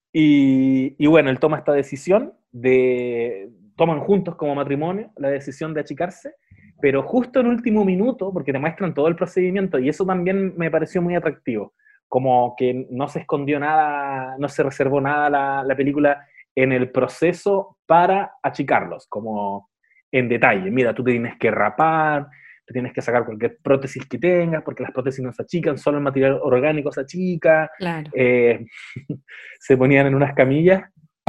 B: Y bueno, él toma esta decisión toman juntos como matrimonio la decisión de achicarse, pero justo en último minuto, porque te muestran todo el procedimiento, y eso también me pareció muy atractivo, como que no se escondió nada, no se reservó nada la película en el proceso para achicarlos, como en detalle. Mira, tú te tienes que rapar, te tienes que sacar cualquier prótesis que tengas, porque las prótesis no se achican, solo el material orgánico se achica.
A: Claro.
B: Eh, se ponían en unas camillas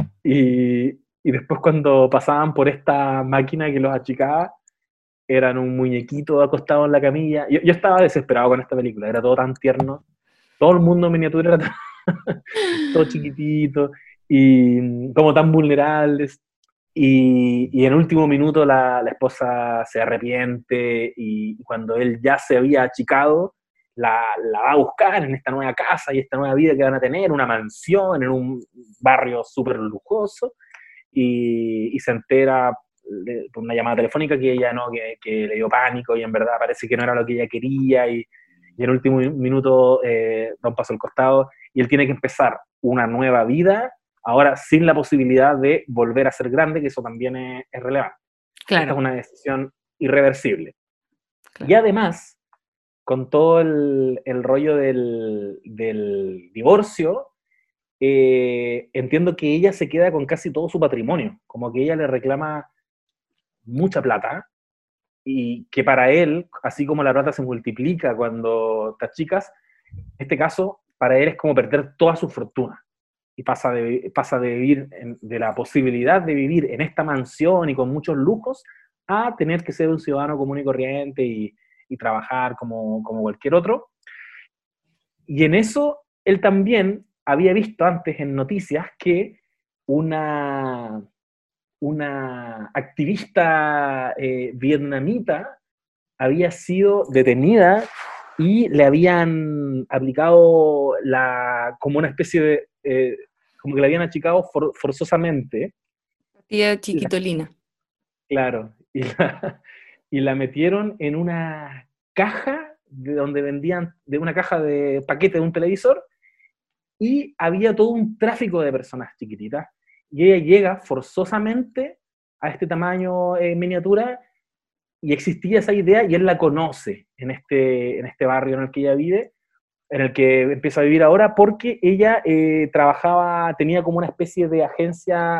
B: y después cuando pasaban por esta máquina que los achicaba, eran un muñequito acostado en la camilla. Yo estaba desesperado con esta película, era todo tan tierno. Todo el mundo en miniatura era todo chiquitito y como tan vulnerables. Y en último minuto la esposa se arrepiente y cuando él ya se había achicado, la va a buscar en esta nueva casa y esta nueva vida que van a tener, una mansión en un barrio súper lujoso, y se entera por una llamada telefónica que ella no, que le dio pánico y en verdad parece que no era lo que ella quería y en último minuto da un paso al costado y él tiene que empezar una nueva vida, ahora sin la posibilidad de volver a ser grande, que eso también es relevante. Esta es
A: Claro,
B: una decisión irreversible. Y
A: claro.
B: además, con todo el rollo del divorcio, entiendo que ella se queda con casi todo su patrimonio, como que ella le reclama mucha plata y que para él, así como la plata se multiplica cuando estás chicas, en este caso, para él es como perder toda su fortuna y pasa de vivir, de la posibilidad de vivir en esta mansión y con muchos lujos a tener que ser un ciudadano común y corriente y trabajar como cualquier otro. Y en eso él también había visto antes en noticias que una, una activista vietnamita había sido detenida y le habían aplicado como una especie de, como que le habían achicado forzosamente,
A: Tía
B: la-
A: chiquitolina.
B: claro, y la metieron en una caja de donde vendían, de una caja de paquete de un televisor, y había todo un tráfico de personas chiquititas, y ella llega forzosamente a este tamaño miniatura, y existía esa idea, y él la conoce en este barrio en el que ella vive, en el que empieza a vivir ahora, porque ella trabajaba, tenía como una especie de agencia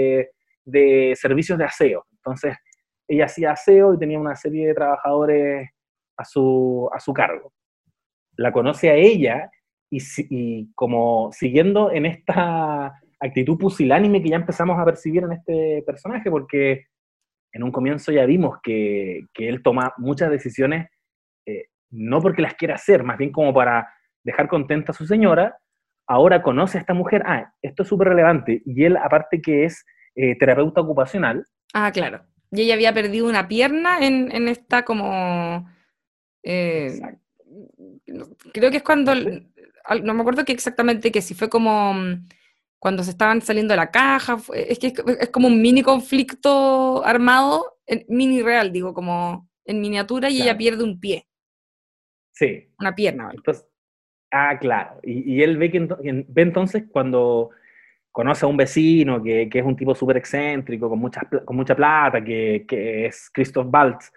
B: de servicios de aseo. Entonces, ella hacía aseo y tenía una serie de trabajadores a su cargo. La conoce a ella y como siguiendo en esta actitud pusilánime que ya empezamos a percibir en este personaje, porque en un comienzo ya vimos que él toma muchas decisiones no porque las quiera hacer, más bien como para dejar contenta a su señora. Ahora conoce a esta mujer, esto es súper relevante, y él aparte que es terapeuta ocupacional.
A: Ah, claro. Y ella había perdido una pierna en esta como... eh,
B: Exacto.
A: creo que es cuando...
B: ¿Dale?
A: No me acuerdo que exactamente que si fue como cuando se estaban saliendo de la caja. Es que es como un mini conflicto armado, mini real, digo, como en miniatura y ella
B: Claro,
A: pierde un pie,
B: sí.
A: una pierna, ¿vale?
B: Entonces, claro, y él ve entonces cuando conoce a un vecino que es un tipo súper excéntrico, con mucha plata, que es Christoph Waltz,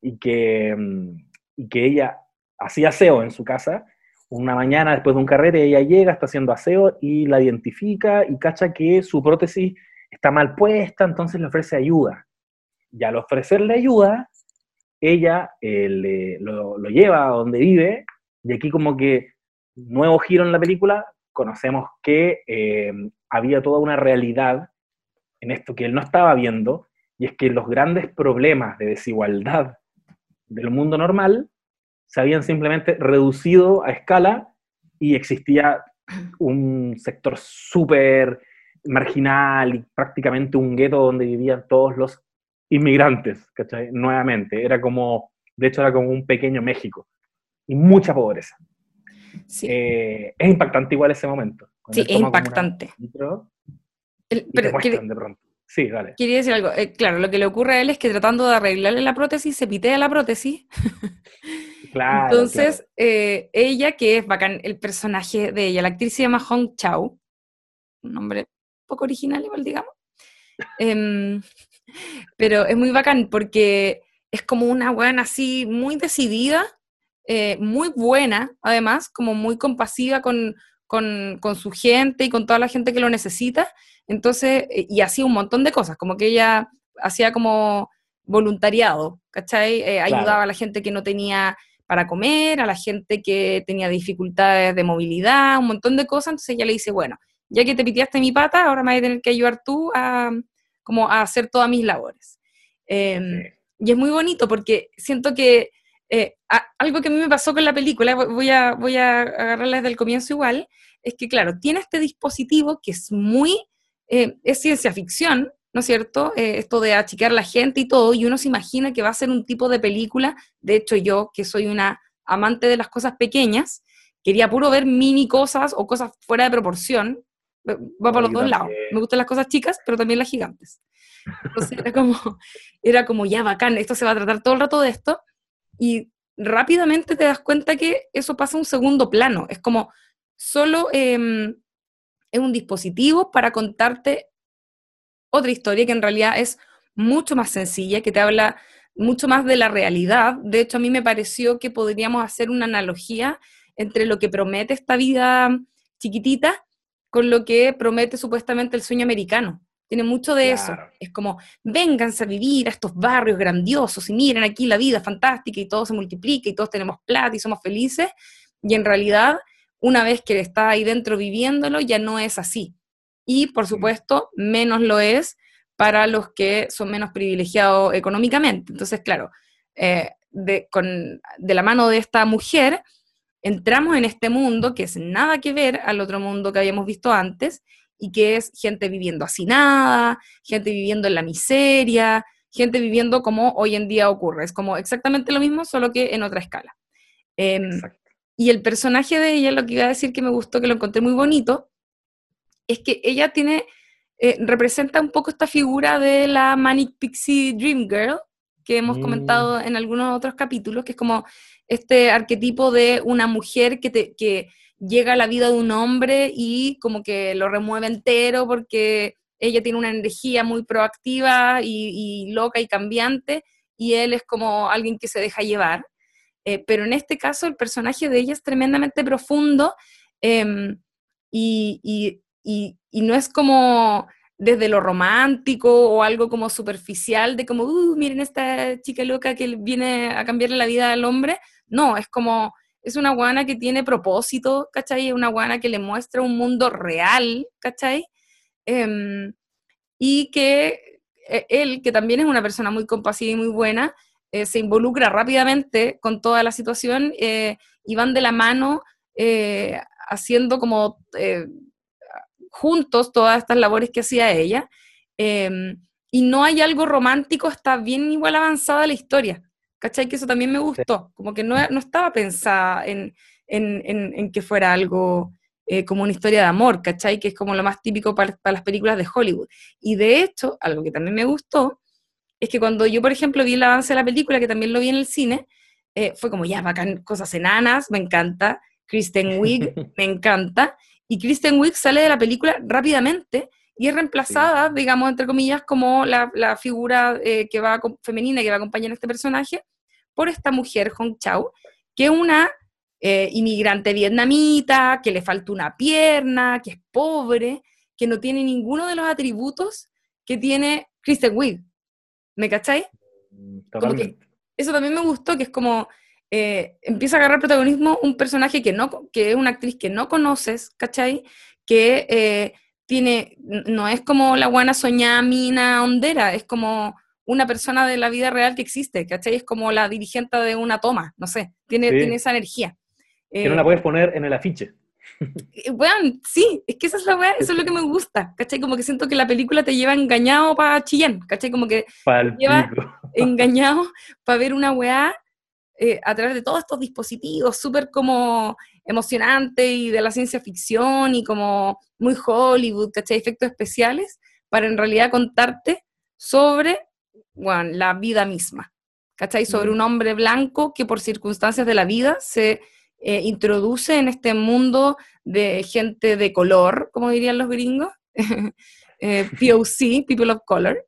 B: y que ella hacía aseo en su casa. Una mañana después de un carrete ella llega, está haciendo aseo y la identifica y cacha que su prótesis está mal puesta, entonces le ofrece ayuda. Y al ofrecerle ayuda, ella lo lleva a donde vive, y aquí como que, nuevo giro en la película, conocemos que había toda una realidad en esto que él no estaba viendo, y es que los grandes problemas de desigualdad del mundo normal se habían simplemente reducido a escala y existía un sector súper marginal y prácticamente un gueto donde vivían todos los inmigrantes, ¿cachai? Nuevamente, era como, de hecho era como un pequeño México y mucha pobreza.
A: Sí,
B: Es impactante igual ese momento, cuando
A: sí,
B: él
A: es
B: toma como una
A: impactante.
B: intro y te
A: Pero
B: muestran de pronto. Sí, dale.
A: quería decir algo. Claro, lo que le ocurre a él es que tratando de arreglarle la prótesis, se pitea la prótesis.
B: Claro, claro.
A: Entonces, ella, que es bacán, el personaje de ella, la actriz se llama Hong Chau, un nombre poco original igual, digamos. Em, pero es muy bacán porque es como una buena así, muy decidida, muy buena, además, como muy compasiva con su gente y con toda la gente que lo necesita. Entonces, y hacía un montón de cosas, como que ella hacía como voluntariado, ¿cachai? Ayudaba
B: Claro.
A: a la gente que no tenía para comer, a la gente que tenía dificultades de movilidad, un montón de cosas. Entonces ella le dice, bueno, ya que te piteaste mi pata, ahora me vas a tener que ayudar tú a, como a hacer todas mis labores.
B: Sí.
A: Y es muy bonito porque siento que algo que a mí me pasó con la película, voy a agarrarla desde el comienzo igual, es que claro, tiene este dispositivo que es muy, es ciencia ficción, ¿no es cierto? Esto de achicar la gente y todo, y uno se imagina que va a ser un tipo de película, de hecho yo, que soy una amante de las cosas pequeñas, quería puro ver mini cosas o cosas fuera de proporción, va para
B: Oh,
A: los
B: yo
A: dos lados, me
B: también.
A: gustan las cosas chicas, pero también las gigantes. Entonces era como ya bacán, esto se va a tratar todo el rato de esto, y rápidamente te das cuenta que eso pasa a un segundo plano, es como solo es un dispositivo para contarte otra historia que en realidad es mucho más sencilla, que te habla mucho más de la realidad. De hecho, a mí me pareció que podríamos hacer una analogía entre lo que promete esta vida chiquitita con lo que promete supuestamente el sueño americano. Tiene mucho de eso.
B: Claro.
A: Es como, vénganse a vivir a estos barrios grandiosos y miren aquí la vida fantástica y todo se multiplica y todos tenemos plata y somos felices. Y en realidad, una vez que estás ahí dentro viviéndolo, ya no es así. Y, por
B: Mm.
A: supuesto, menos lo es para los que son menos privilegiados económicamente. Entonces, claro, de la mano de esta mujer, entramos en este mundo que es nada que ver al otro mundo que habíamos visto antes y que es gente viviendo hacinada, gente viviendo en la miseria, gente viviendo como hoy en día ocurre. Es como exactamente lo mismo, solo que en otra escala. Eh,
B: Exacto.
A: y el personaje de ella, lo que iba a decir que me gustó, que lo encontré muy bonito, es que ella tiene, representa un poco esta figura de la Manic Pixie Dream Girl, que hemos
B: Mm,
A: comentado en algunos otros capítulos, que es como este arquetipo de una mujer que llega a la vida de un hombre y como que lo remueve entero porque ella tiene una energía muy proactiva y loca y cambiante, y él es como alguien que se deja llevar. Pero en este caso el personaje de ella es tremendamente profundo, eh, y no es como desde lo romántico o algo como superficial de como, miren esta chica loca que viene a cambiarle la vida al hombre. No, es como, es una guana que tiene propósito, ¿cachai? Es una guana que le muestra un mundo real, ¿cachai? Em, y que él, que también es una persona muy compasiva y muy buena, se involucra rápidamente con toda la situación, y van de la mano haciendo como juntos todas estas labores que hacía ella. eh, y no hay algo romántico, está bien igual avanzada la historia. ¿Cachai? Que eso también me
B: sí,
A: gustó, como que no estaba pensada en que fuera algo como una historia de amor, ¿cachai? Que es como lo más típico para las películas de Hollywood. Y de hecho, algo que también me gustó, es que cuando yo, por ejemplo, vi el avance de la película, que también lo vi en el cine, fue como, ya, bacán, cosas enanas, me encanta, Kristen Wiig, me encanta, y Kristen Wiig sale de la película rápidamente y es
B: sí.
A: reemplazada, digamos, entre comillas, como la figura femenina que va a acompañar a este personaje, por esta mujer, Hong Chau, que es una inmigrante vietnamita, que le falta una pierna, que es pobre, que no tiene ninguno de los atributos que tiene Kristen Wiig. ¿Me cacháis? Como que
B: Totalmente.
A: eso también me gustó, que es como empieza a agarrar protagonismo un personaje que es una actriz que no conoces, ¿cachai? Que no es como la buena soñada mina hondera, es como una persona de la vida real que existe, ¿cachai? Es como la dirigente de una toma, no sé, tiene
B: Sí,
A: esa energía.
B: que no la puedes poner en el afiche.
A: Bueno, sí, es que esa es la weá, eso es lo que me gusta, ¿cachai? Como que siento que la película te lleva engañado para Chillán, ¿cachai? Como que te lleva
B: Palpico.
A: engañado para ver una weá a través de todos estos dispositivos súper como emocionante y de la ciencia ficción y como muy Hollywood, ¿cachai? Efectos especiales, para en realidad contarte sobre, bueno, la vida misma, ¿cachai? Sobre un hombre blanco que por circunstancias de la vida se introduce en este mundo de gente de color, como dirían los gringos, POC, People of Color,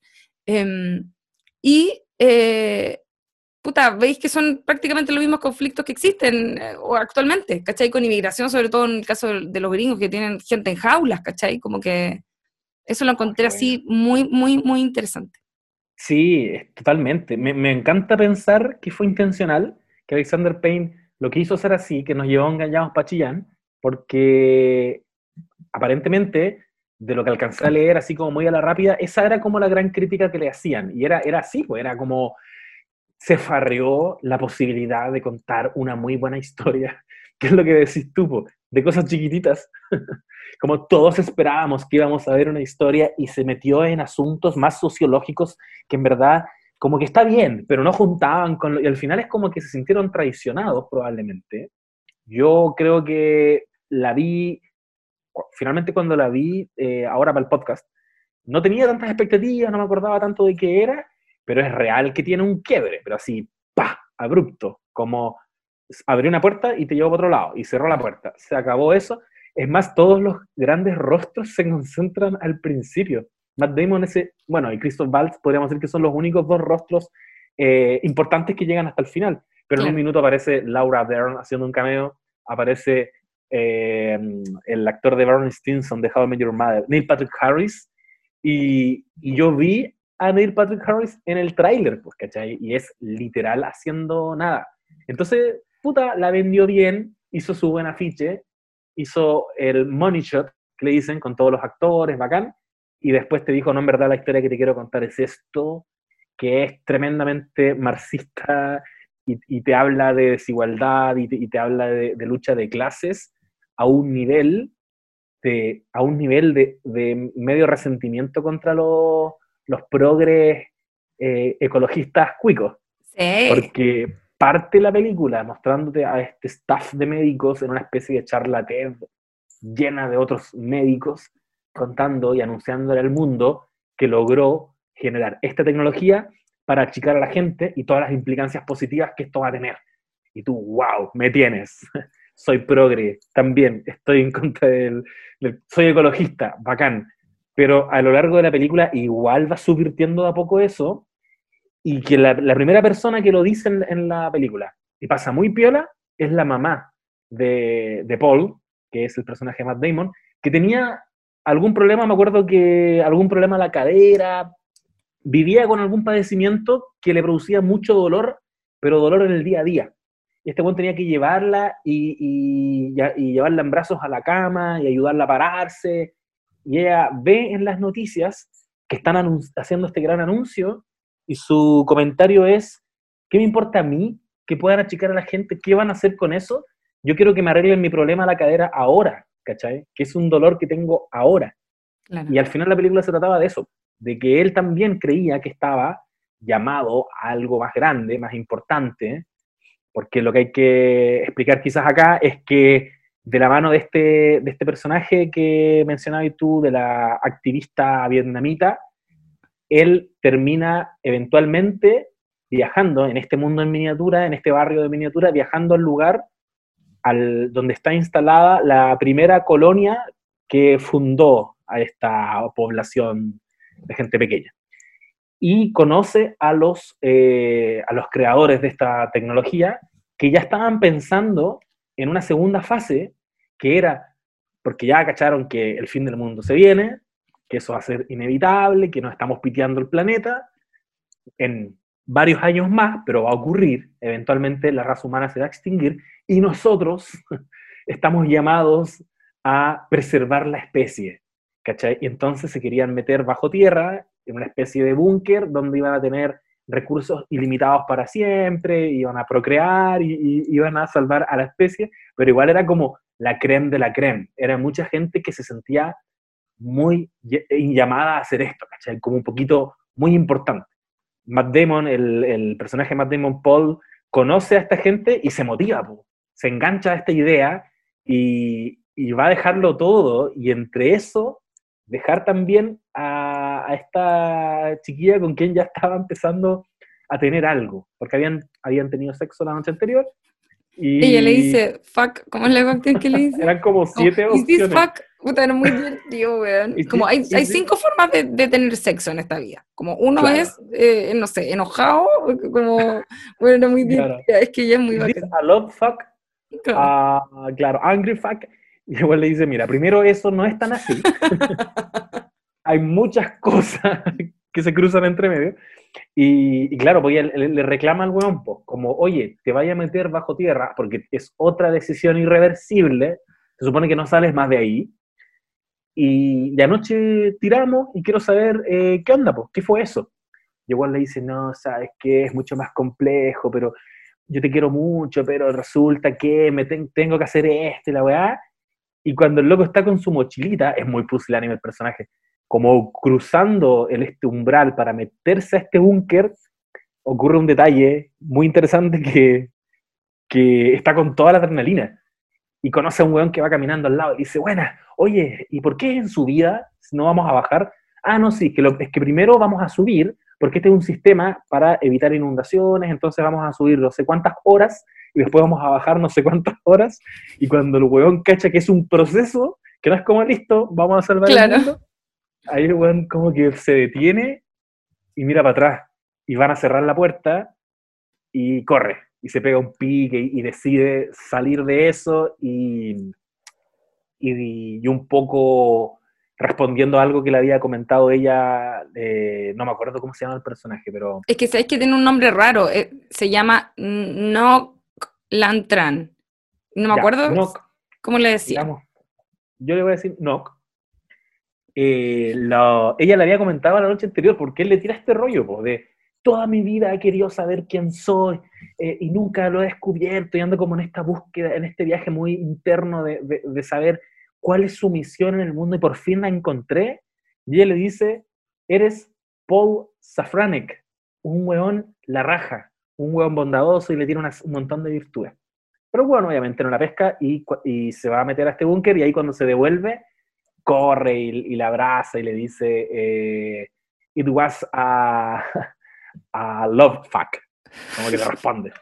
A: y puta, veis que son prácticamente los mismos conflictos que existen o actualmente, ¿cachai? Con inmigración, sobre todo en el caso de los gringos que tienen gente en jaulas, ¿cachai? Como que eso lo
B: Oh,
A: encontré
B: qué bueno.
A: así muy, muy, muy interesante.
B: Sí, totalmente. Me encanta pensar que fue intencional, que Alexander Payne lo quiso hacer así, que nos llevó engañados para Chillán, porque aparentemente, de lo que alcancé a leer así como muy a la rápida, esa era como la gran crítica que le hacían. Y era así, pues era como se farreó la posibilidad de contar una muy buena historia, que es lo que decís tú, po, de cosas chiquititas. Como todos esperábamos que íbamos a ver una historia y se metió en asuntos más sociológicos que en verdad como que está bien, pero no juntaban con y al final es como que se sintieron traicionados probablemente. Yo creo que la vi, finalmente cuando la vi ahora para el podcast, no tenía tantas expectativas, no me acordaba tanto de qué era, pero es real que tiene un quiebre, pero así, ¡pa! Abrupto, como abrió una puerta y te llevó para otro lado, y cerró la puerta, se acabó eso. Es más, todos los grandes rostros se concentran al principio. Matt Damon, bueno, y Christoph Waltz, podríamos decir que son los únicos dos rostros importantes que llegan hasta el final. Pero en un
A: Claro.
B: minuto aparece Laura Dern haciendo un cameo, aparece el actor de Barney Stinson de How I Met Your Mother, Neil Patrick Harris, y yo vi a Neil Patrick Harris en el tráiler, pues, ¿cachai? Y es literal haciendo nada. Entonces, puta, la vendió bien, hizo su buen afiche, hizo el money shot, que le dicen, con todos los actores, bacán, y después te dijo, no, en verdad la historia que te quiero contar es esto, que es tremendamente marxista y te habla de desigualdad y te habla de lucha de clases a un nivel de medio resentimiento contra los progres ecologistas cuicos,
A: Sí,
B: porque parte la película mostrándote a este staff de médicos en una especie de charla TED llena de otros médicos contando y anunciándole al mundo que logró generar esta tecnología para achicar a la gente y todas las implicancias positivas que esto va a tener. Y tú, wow, me tienes. Soy progre, también estoy en contra soy ecologista, bacán. Pero a lo largo de la película igual va subvirtiendo de a poco eso y que la primera persona que lo dice en la película y pasa muy piola es la mamá de Paul, que es el personaje de Matt Damon, que tenía algún problema, me acuerdo que algún problema a la cadera, vivía con algún padecimiento que le producía mucho dolor, pero dolor en el día a día. Y este buen tenía que llevarla y llevarla en brazos a la cama y ayudarla a pararse. Y ella ve en las noticias que están haciendo este gran anuncio y su comentario es, ¿qué me importa a mí que puedan achicar a la gente? ¿Qué van a hacer con eso? Yo quiero que me arreglen mi problema a la cadera ahora, ¿cachai? Que es un dolor que tengo ahora.
A: claro.
B: Y al final la película se trataba de eso, de que él también creía que estaba llamado a algo más grande, más importante, porque lo que hay que explicar quizás acá es que de la mano de este personaje que mencionabas tú, de la activista vietnamita, él termina eventualmente viajando en este mundo en miniatura, en este barrio de miniatura, viajando al lugar donde está instalada la primera colonia que fundó a esta población de gente pequeña. Y conoce a los creadores de esta tecnología que ya estaban pensando en una segunda fase que era, porque ya cacharon que el fin del mundo se viene, que eso va a ser inevitable, que nos estamos piteando el planeta, en varios años más, pero va a ocurrir, eventualmente la raza humana se va a extinguir y nosotros estamos llamados a preservar la especie, ¿cachai? Y entonces se querían meter bajo tierra, en una especie de búnker, donde iban a tener recursos ilimitados para siempre, iban a procrear y iban a salvar a la especie, pero igual era como la creme de la creme. Era mucha gente que se sentía muy llamada a hacer esto, ¿cachai? Como un poquito muy importante. Matt Damon, el personaje de Matt Damon, Paul, conoce a esta gente y se motiva, po. Se engancha a esta idea y va a dejarlo todo, y entre eso, dejar también a esta chiquilla con quien ya estaba empezando a tener algo, porque habían tenido sexo la noche anterior,
A: Ella le
B: y
A: dice, fuck, ¿cómo es la cuestión que le dice?
B: eran como
A: Como,
B: 7
A: ¿is this
B: opciones.
A: fuck? Puta, era muy divertido, weón.
B: Y
A: Como
B: sí,
A: hay 5 formas de tener sexo en esta vida. Como uno
B: claro,
A: es, no sé, enojado, como, bueno, era muy
B: claro.
A: divertida, es que ella es muy
B: Is this
A: bacán.
B: a love fuck?
A: Claro.
B: Claro, angry fuck. Y igual le dice, mira, primero eso no es tan así. Hay muchas cosas que se cruzan entre medio. Y claro, pues ella le reclama al weón, pues, como, oye, te vaya a meter bajo tierra, porque es otra decisión irreversible, se supone que no sales más de ahí, y de anoche tiramos y quiero saber qué onda, pues, qué fue eso. Y igual le dice, no, sabes que es mucho más complejo, pero yo te quiero mucho, pero resulta que tengo que hacer esto y la weá. Y cuando el loco está con su mochilita, es muy pusilánime el personaje, como cruzando este umbral para meterse a este búnker, ocurre un detalle muy interesante que está con toda la adrenalina. Y conoce a un weón que va caminando al lado y dice, buena, oye, ¿y por qué en su vida no vamos a bajar? Ah, no, sí, es que primero vamos a subir, porque este es un sistema para evitar inundaciones, entonces vamos a subir no sé cuántas horas y después vamos a bajar no sé cuántas horas, y cuando el weón cacha que es un proceso, que no es como listo, vamos a salvar el
A: Claro.
B: mundo, ahí el weón como que se detiene y mira para atrás, y van a cerrar la puerta y corre, y se pega un pique y decide salir de eso y un poco respondiendo a algo que le había comentado ella, no me acuerdo cómo se llama el personaje, pero
A: Es que sabes que tiene un nombre raro, se llama Nok Lantran. No me
B: ya,
A: acuerdo
B: Nock,
A: cómo le decían.
B: digamos, yo le voy a decir Nock, ella le había comentado la noche anterior, porque él le tira este rollo, pues, de toda mi vida he querido saber quién soy, y nunca lo he descubierto, y ando como en esta búsqueda, en este viaje muy interno de saber cuál es su misión en el mundo, y por fin la encontré, y ella le dice, eres Paul Safranek, un weón la raja, un weón bondadoso, y le tiene un montón de virtudes. Pero bueno, obviamente no la pesca, y se va a meter a este búnker, y ahí cuando se devuelve, corre y la abraza y le dice, it was a love fuck, como que le responde.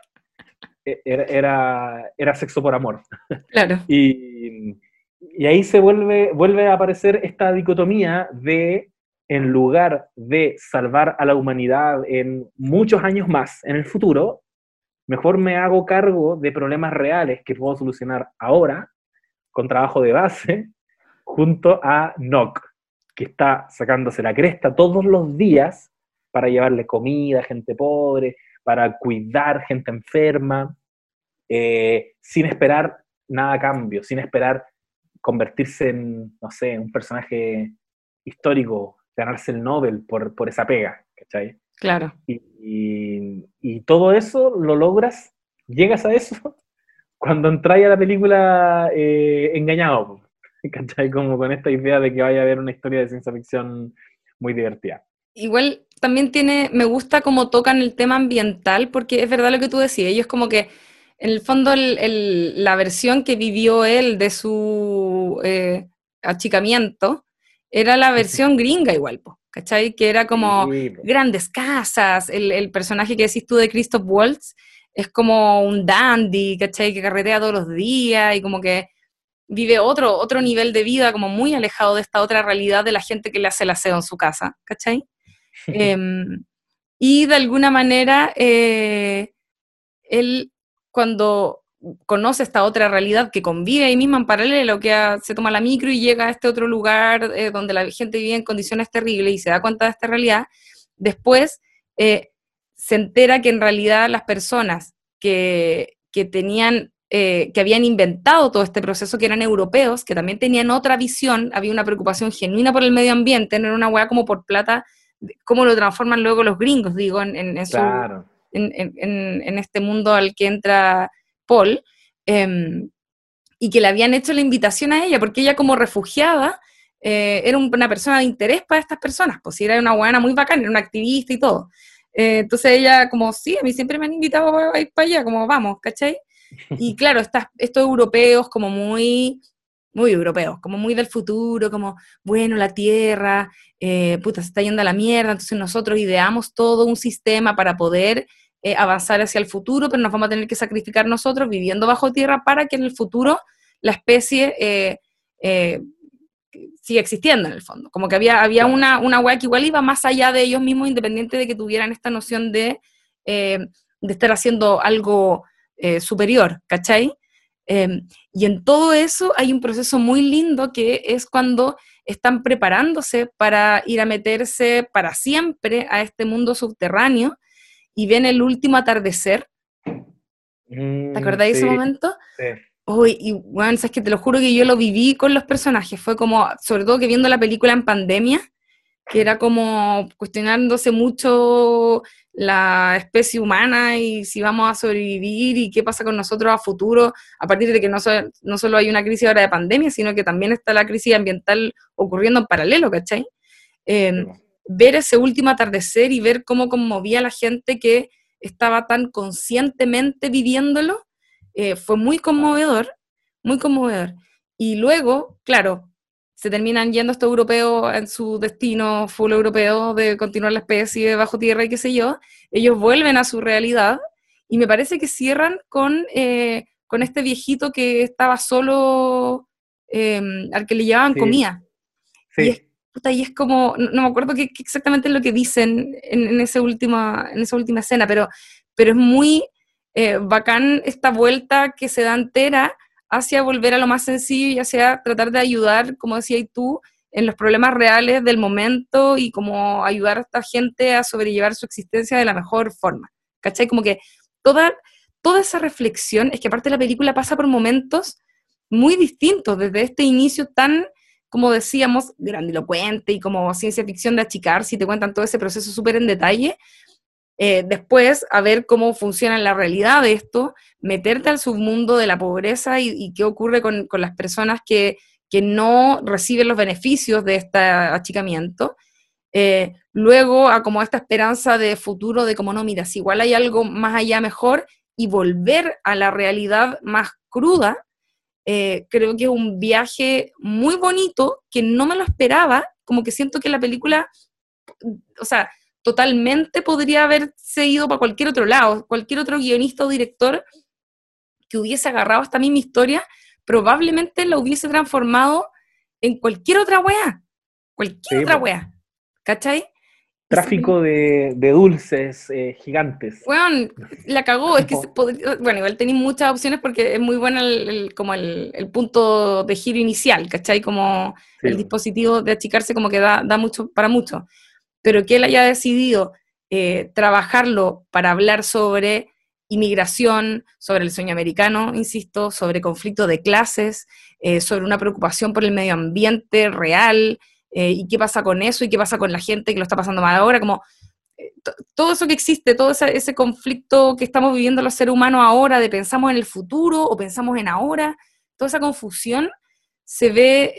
B: Era sexo por amor.
A: Claro.
B: Y ahí vuelve a aparecer esta dicotomía de, en lugar de salvar a la humanidad en muchos años más en el futuro, mejor me hago cargo de problemas reales que puedo solucionar ahora con trabajo de base, junto a Nock, que está sacándose la cresta todos los días para llevarle comida a gente pobre, para cuidar gente enferma, sin esperar nada a cambio, sin esperar convertirse en, no sé, un personaje histórico, ganarse el Nobel por esa pega, ¿cachai?
A: Claro.
B: Y todo eso lo logras, llegas a eso cuando entráis a la película engañado, ¿cachai? Como con esta idea de que vaya a haber una historia de ciencia ficción muy divertida.
A: Igual también me gusta cómo tocan el tema ambiental, porque es verdad lo que tú decías, ellos como que, en el fondo, la versión que vivió él de su achicamiento era la versión gringa igual, po, ¿cachai? Que era como
B: Sí, po.
A: grandes casas, el personaje que decís tú de Christoph Waltz es como un dandy, ¿cachai? Que carretea todos los días y como que vive otro nivel de vida como muy alejado de esta otra realidad de la gente que le hace el aseo en su casa, ¿cachai? Em, y de alguna manera, él cuando conoce esta otra realidad que convive ahí mismo en paralelo, se toma la micro y llega a este otro lugar donde la gente vive en condiciones terribles y se da cuenta de esta realidad, después se entera que en realidad las personas que tenían, que habían inventado todo este proceso, que eran europeos, que también tenían otra visión, había una preocupación genuina por el medio ambiente, no era una weá como por plata, cómo lo transforman luego los gringos, digo,
B: Claro.
A: en este mundo al que entra Paul, y que le habían hecho la invitación a ella, porque ella como refugiada era una persona de interés para estas personas, pues sí, era una buena muy bacana, era una activista y todo. Entonces ella como, sí, a mí siempre me han invitado a ir para allá, como vamos, ¿cachai? Y claro, estos europeos como muy europeos, como muy del futuro, como, bueno, la Tierra, puta, se está yendo a la mierda, entonces nosotros ideamos todo un sistema para poder avanzar hacia el futuro, pero nos vamos a tener que sacrificar nosotros viviendo bajo tierra para que en el futuro la especie eh, siga existiendo en el fondo. Como que había
B: Claro.
A: una weá que igual iba más allá de ellos mismos, independiente de que tuvieran esta noción de estar haciendo algo superior, ¿cachai? Y en todo eso hay un proceso muy lindo que es cuando están preparándose para ir a meterse para siempre a este mundo subterráneo y ven el último atardecer. ¿Te acordáis de ese
B: Sí,
A: momento?
B: sí.
A: Oh, y bueno, sabes que te lo juro que yo lo viví con los personajes. Fue como, sobre todo que viendo la película en pandemia, que era como cuestionándose mucho la especie humana y si vamos a sobrevivir y qué pasa con nosotros a futuro, a partir de que no solo hay una crisis ahora de pandemia, sino que también está la crisis ambiental ocurriendo en paralelo, ¿cachai?
B: Sí,
A: Eh,
B: po.
A: ver ese último atardecer y ver cómo conmovía a la gente que estaba tan conscientemente viviéndolo, fue muy
B: Claro.
A: conmovedor, muy conmovedor. Y luego, claro, se terminan yendo estos europeos en su destino full europeo de continuar la especie bajo tierra y qué sé yo, ellos vuelven a su realidad y me parece que cierran con este viejito que estaba solo, al que le llevaban
B: Sí,
A: comida. Y es,
B: sí.
A: puta, y es como, no me acuerdo qué exactamente es lo que dicen en esa última escena, pero es muy bacán esta vuelta que se da entera hacia volver a lo más sencillo y hacia tratar de ayudar, como decías tú, en los problemas reales del momento y como ayudar a esta gente a sobrellevar su existencia de la mejor forma. ¿Cachai? Como que toda, toda esa reflexión, es que aparte la película pasa por momentos muy distintos, desde este inicio tan, como decíamos, grandilocuente y como ciencia ficción de achicar, si te cuentan todo ese proceso súper en detalle, después a ver cómo funciona la realidad de esto, meterte al submundo de la pobreza y qué ocurre con las personas que no reciben los beneficios de este achicamiento. Luego a como esta esperanza de futuro de como no, mira, si igual hay algo más allá mejor y volver a la realidad más cruda, creo que es un viaje muy bonito que no me lo esperaba, como que siento que la película, o sea, totalmente podría haberse ido para cualquier otro lado, cualquier otro guionista o director que hubiese agarrado esta misma historia, probablemente la hubiese transformado en cualquier
B: Sí,
A: otra
B: po.
A: wea, ¿cachai? Y esa
B: Tráfico de dulces gigantes.
A: weón, la cagó, es que
B: No,
A: bueno, igual tenéis muchas opciones porque es muy bueno como el punto de giro inicial, ¿cachai? Como
B: sí,
A: el
B: po.
A: dispositivo de achicarse como que da mucho para mucho, pero que él haya decidido trabajarlo para hablar sobre inmigración, sobre el sueño americano, insisto, sobre conflicto de clases, sobre una preocupación por el medio ambiente real, y qué pasa con eso, y qué pasa con la gente que lo está pasando mal ahora, como todo eso que existe, todo ese conflicto que estamos viviendo los seres humanos ahora, de pensamos en el futuro o pensamos en ahora, toda esa confusión se ve,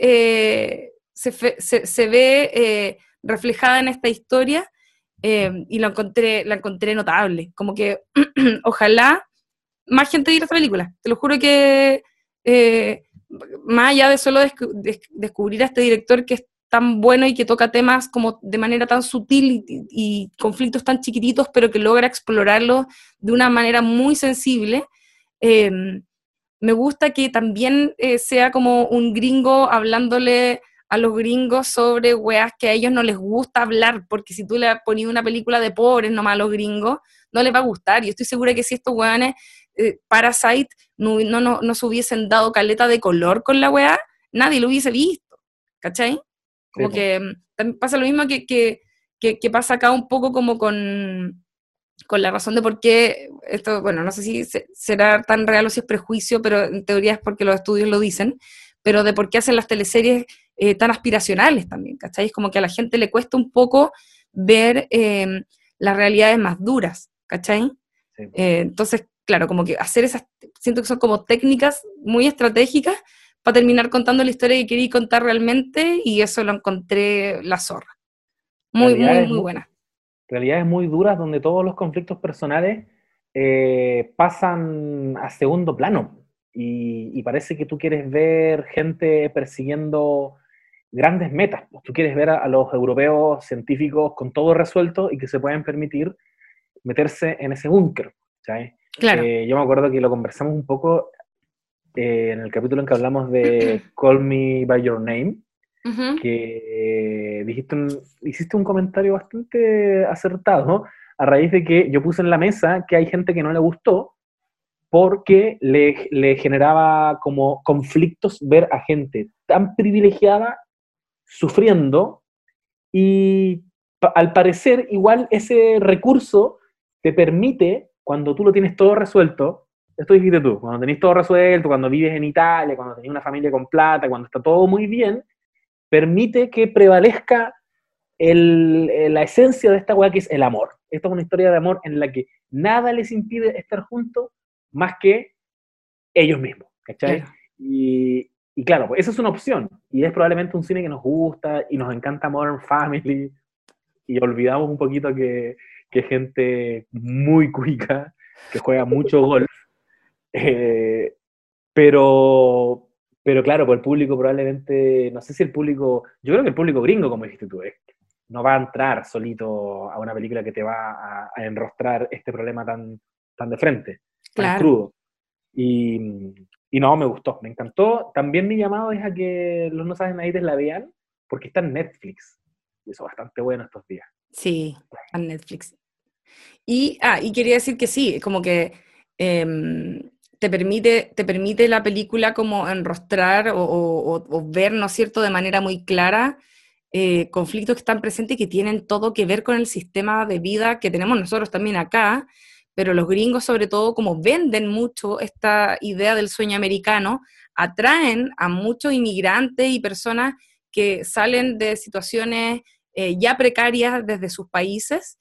A: se ve reflejada en esta historia, y la encontré notable. Como que ojalá más gente viera esta película. Te lo juro que eh, más allá de solo descubrir a este director que es tan bueno y que toca temas como de manera tan sutil y conflictos tan chiquititos, pero que logra explorarlos de una manera muy sensible. Eh, Me gusta que también sea como un gringo hablándole a los gringos sobre weas que a ellos no les gusta hablar, porque si tú le ponías una película de pobres nomás a los gringos, no les va a gustar. Yo estoy segura que si estos weones Parasite no se hubiesen dado caleta de color con la wea, nadie lo hubiese visto, ¿cachai?
B: Sí,
A: Como
B: po.
A: que también pasa lo mismo que pasa acá un poco como con la razón de por qué, esto, bueno, no sé si será tan real o si es prejuicio, pero en teoría es porque los estudios lo dicen, pero de por qué hacen las teleseries tan aspiracionales también, ¿cachai? Es como que a la gente le cuesta un poco ver las realidades más duras, ¿cachai?
B: Sí.
A: Entonces, claro, como que hacer esas, siento que son como técnicas muy estratégicas para terminar contando la historia que quería contar realmente, y eso lo encontré la zorra. Muy, muy,
B: Realidades
A: muy
B: muy,
A: buena.
B: realidades muy duras donde todos los conflictos personales pasan a segundo plano y parece que tú quieres ver gente persiguiendo grandes metas. Tú quieres ver a los europeos científicos con todo resuelto y que se pueden permitir meterse en ese búnker. ¿Sabes?
A: Claro.
B: Yo me acuerdo que lo conversamos un poco en el capítulo en que hablamos de Call Me By Your Name,
A: Ujú.
B: que hiciste un comentario bastante acertado a raíz de que yo puse en la mesa que hay gente que no le gustó porque le generaba como conflictos ver a gente tan privilegiada sufriendo y al parecer igual ese recurso te permite, cuando tú lo tienes todo resuelto, esto dijiste tú, cuando tenés todo resuelto, cuando vives en Italia, cuando tenés una familia con plata, cuando está todo muy bien, permite que prevalezca la esencia de esta weá que es el amor. Esta es una historia de amor en la que nada les impide estar juntos más que ellos mismos, ¿cachai?
A: Claro.
B: Y claro, pues esa es una opción, y es probablemente un cine que nos gusta y nos encanta Modern Family, y olvidamos un poquito que gente muy cuica, que juega mucho golf, eh, pero, pero claro, pues el público probablemente, no sé si el público, yo creo que el público gringo, como dijiste tú, no va a entrar solito a una película que te va a enrostrar este problema tan de frente, tan
A: Claro.
B: crudo. Y, y no, me gustó, me encantó. También mi llamado es a que los no saben nadie la vean, porque está en Netflix. Y eso es bastante bueno estos días.
A: Sí, a Netflix. Y quería decir que sí, como que te permite la película como enrostrar o ver, ¿no es cierto?, de manera muy clara conflictos que están presentes y que tienen todo que ver con el sistema de vida que tenemos nosotros también acá, pero los gringos sobre todo, como venden mucho esta idea del sueño americano, atraen a muchos inmigrantes y personas que salen de situaciones ya precarias desde sus países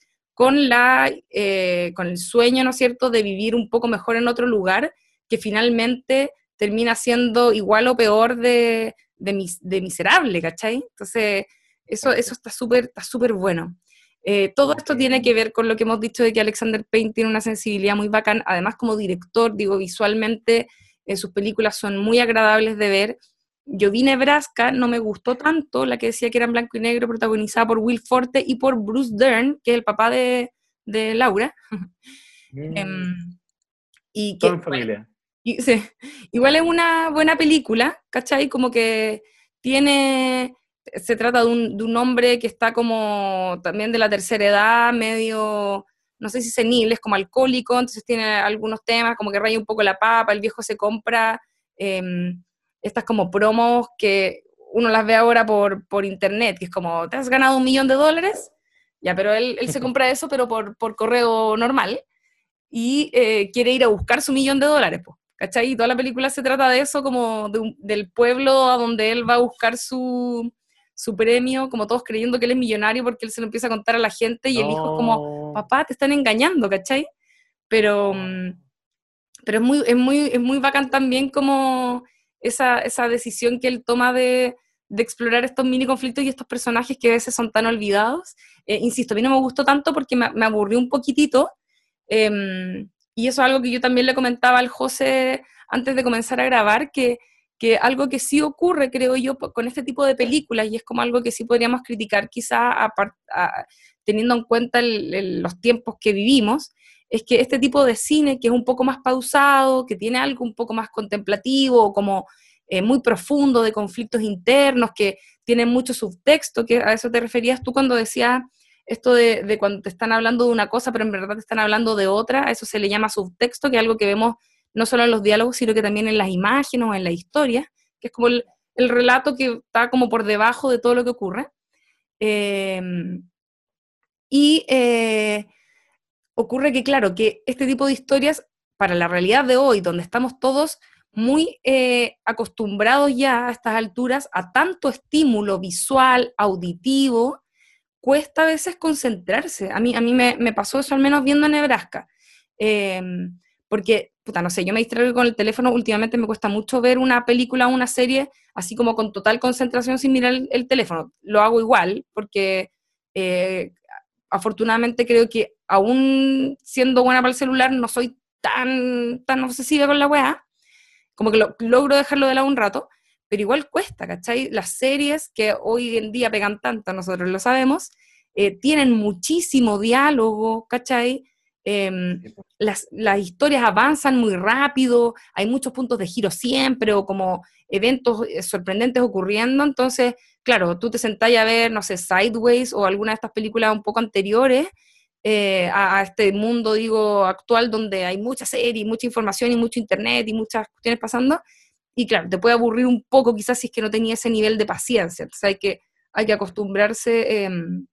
A: con el sueño, ¿no es cierto?, de vivir un poco mejor en otro lugar, que finalmente termina siendo igual o peor de miserable, ¿cachai? Entonces, eso
B: Exacto.
A: está súper bueno. Todo
B: Como
A: esto tiene
B: que
A: que ver con lo que hemos dicho de que Alexander Payne tiene una sensibilidad muy bacán, además como director, digo, visualmente sus películas son muy agradables de ver. Yo vi Nebraska, no me gustó tanto, la que decía que era en blanco y negro, protagonizada por Will Forte y por Bruce Dern, que es el papá de Laura.
B: mm,
A: Em, y
B: todo
A: que
B: en familia.
A: sí, igual es una buena película, ¿cachai? Como que tiene, se trata de un hombre que está como también de la tercera edad, medio, no sé si senil, es como alcohólico, entonces tiene algunos temas, como que raya un poco la papa, el viejo se compra estas como promos que uno las ve ahora por internet, que es como, ¿te has ganado $1.000.000? Ya, pero él se compra eso, pero por correo normal y quiere ir a buscar su $1.000.000, pues, ¿cachai? Y toda la película se trata de eso, como del pueblo a donde él va a buscar su premio, como todos creyendo que él es millonario porque él se lo empieza a contar a la gente y el hijo es como,
B: No.
A: papá, te están engañando, ¿cachai? Pero,
B: Oh.
A: pero es muy bacán también como esa decisión que él toma de explorar estos mini conflictos y estos personajes que a veces son tan olvidados. Insisto, a mí no me gustó tanto porque me aburrió un poquitito, y eso es algo que yo también le comentaba al José antes de comenzar a grabar, que algo que sí ocurre, creo yo, con este tipo de películas, y es como algo que sí podríamos criticar quizá teniendo en cuenta los tiempos que vivimos, es que este tipo de cine, que es un poco más pausado, que tiene algo un poco más contemplativo, como muy profundo, de conflictos internos, que tiene mucho subtexto, que a eso te referías tú cuando decías esto de cuando te están hablando de una cosa, pero en verdad te están hablando de otra, a eso se le llama subtexto, que es algo que vemos no solo en los diálogos, sino que también en las imágenes o en la historia, que es como el relato que está como por debajo de todo lo que ocurre. Eh, y ocurre que, claro, que este tipo de historias, para la realidad de hoy, donde estamos todos muy acostumbrados ya a estas alturas a tanto estímulo visual, auditivo, cuesta a veces concentrarse. A mí me pasó eso al menos viendo Nebraska. Eh, Porque, puta, no sé, yo me distraigo con el teléfono, últimamente me cuesta mucho ver una película o una serie así como con total concentración sin mirar el teléfono. Lo hago igual, porque eh, afortunadamente creo que aún siendo buena para el celular no soy tan obsesiva con la weá, como que logro dejarlo de lado un rato, pero igual cuesta, ¿cachai? Las series que hoy en día pegan tanto, nosotros lo sabemos, tienen muchísimo diálogo, ¿cachai? Em, las historias avanzan muy rápido, hay muchos puntos de giro siempre, o como eventos sorprendentes ocurriendo, entonces, claro, tú te sentás a ver, no sé, Sideways o alguna de estas películas un poco anteriores, a este mundo, digo, actual, donde hay mucha serie, mucha información y mucho internet y muchas cuestiones pasando, y claro, te puede aburrir un poco quizás si es que no tenía ese nivel de paciencia, entonces hay que acostumbrarse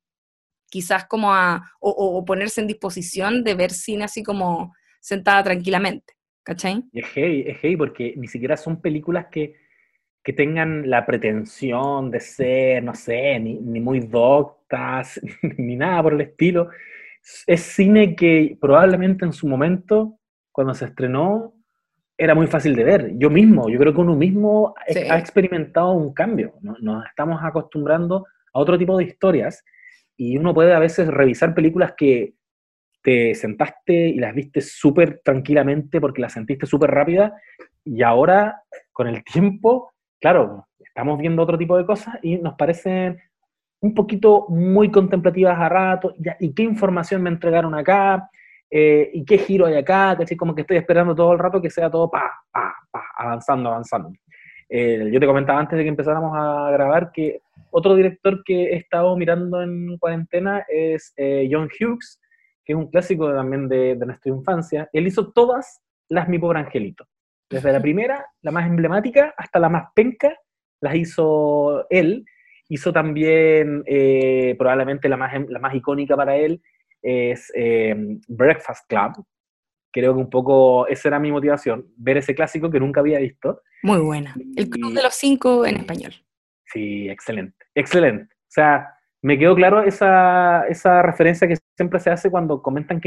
A: quizás como o ponerse en disposición de ver cine así como sentada tranquilamente, ¿cachai?
B: Y es heavy porque ni siquiera son películas que tengan la pretensión de ser, no sé, ni muy doctas, ni nada por el estilo. Es cine que probablemente en su momento, cuando se estrenó, era muy fácil de ver. Yo creo que uno mismo ha
A: Sí,
B: experimentado un cambio. Nos estamos acostumbrando a otro tipo de historias y uno puede a veces revisar películas que te sentaste y las viste súper tranquilamente porque las sentiste súper rápida y ahora, con el tiempo, claro, estamos viendo otro tipo de cosas y nos parecen un poquito muy contemplativas a rato, ya, ¿y qué información me entregaron acá? ¿Y qué giro hay acá? ¿Cachai? Como que estoy esperando todo el rato que sea todo avanzando, avanzando. Yo te comentaba antes de que empezáramos a grabar que otro director que he estado mirando en cuarentena es John Hughes, que es un clásico también de nuestra infancia. Él hizo todas las Mi Pobre Angelito. Desde la primera, la más emblemática, hasta la más penca, las hizo él. Hizo también, probablemente la más icónica para él, es Breakfast Club. Creo que un poco esa era mi motivación, ver ese clásico que nunca había visto.
A: muy buena. El Club de
B: Y
A: los Cinco en
B: sí,
A: español.
B: sí, excelente, excelente. O sea, me quedó claro esa referencia que siempre se hace cuando comentan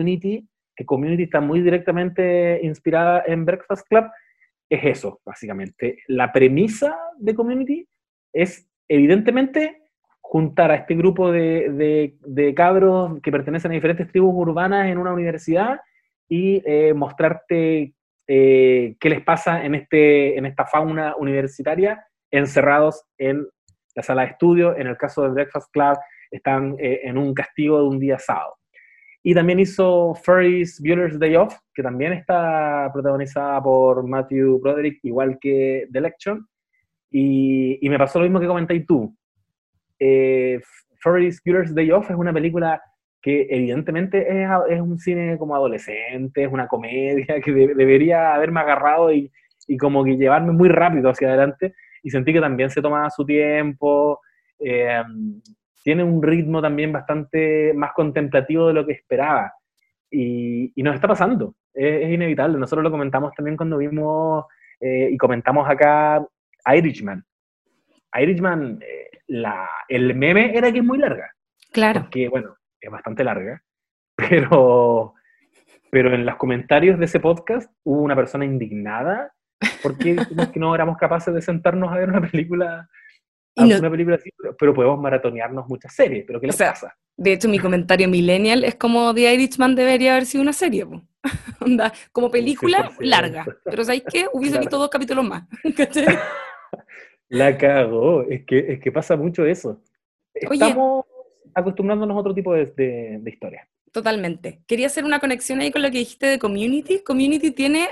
B: que Community está muy directamente inspirada en Breakfast Club, es eso, básicamente. La premisa de Community es, evidentemente, juntar a este grupo de cabros que pertenecen a diferentes tribus urbanas en una universidad y mostrarte qué les pasa en esta fauna universitaria encerrados en la sala de estudio. En el caso de Breakfast Club, están en un castigo de un día sábado. Y también hizo Ferris Bueller's Day Off, que también está protagonizada por Matthew Broderick, igual que The Election. Y me pasó lo mismo que comentáis tú. Eh, Ferris Bueller's Day Off es una película que evidentemente es un cine como adolescente, es una comedia que debería haberme agarrado y como que llevarme muy rápido hacia adelante. Y sentí que también se tomaba su tiempo. Eh, Tiene un ritmo también bastante más contemplativo de lo que esperaba. Y nos está pasando, es inevitable. Nosotros lo comentamos también cuando vimos y comentamos acá Irishman. Irishman, el meme era que es muy larga,
A: Claro.
B: porque, bueno, es bastante larga, pero, pero en los comentarios de ese podcast hubo una persona indignada porque dijimos que no éramos capaces de sentarnos a ver
A: Y no,
B: una película así, pero podemos maratonearnos muchas series, pero ¿qué
A: o
B: les
A: sea,
B: pasa?
A: de hecho mi comentario millennial es como The Irishman debería haber sido una serie, po. Onda, como
B: Un
A: película
B: 100%.
A: larga, pero ¿sabéis qué? Hubiese visto
B: Claro.
A: 2 capítulos más, ¿cachai?
B: La cagó, es que pasa mucho eso.
A: Oye,
B: Estamos acostumbrándonos a otro tipo de historias.
A: totalmente. Quería hacer una conexión ahí con lo que dijiste de Community. Community tiene,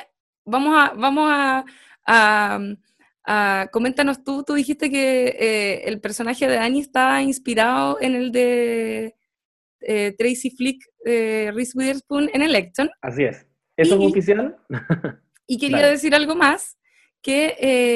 A: a, coméntanos tú dijiste que el personaje de Annie está inspirado en el de Tracy Flick, Reese Witherspoon en Election.
B: Así es. ¿Eso es
A: Y,
B: oficial?
A: y quería
B: Dale.
A: decir algo más, que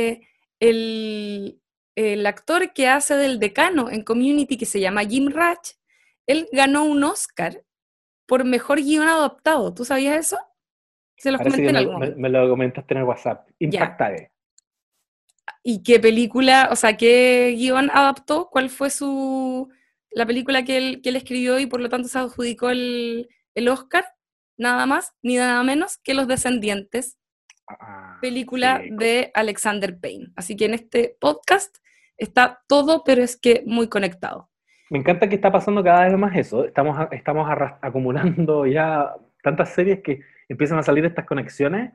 A: el actor que hace del decano en Community, que se llama Jim Ratch, él ganó un Oscar por mejor guión adaptado. ¿Tú sabías eso? Se los
B: Parece
A: comenté
B: que
A: en algún momento.
B: me lo comentaste en el WhatsApp.
A: Ya.
B: Impactade.
A: ¿Y qué película, o sea, qué guión adaptó? ¿Cuál fue la película que él escribió y por lo tanto se adjudicó el Oscar? Nada más ni nada menos que Los Descendientes, película
B: Sí.
A: de Alexander Payne. Así que en este podcast está todo, pero es que muy conectado.
B: Me encanta que está pasando cada vez más eso. Estamos acumulando ya tantas series que empiezan a salir estas conexiones.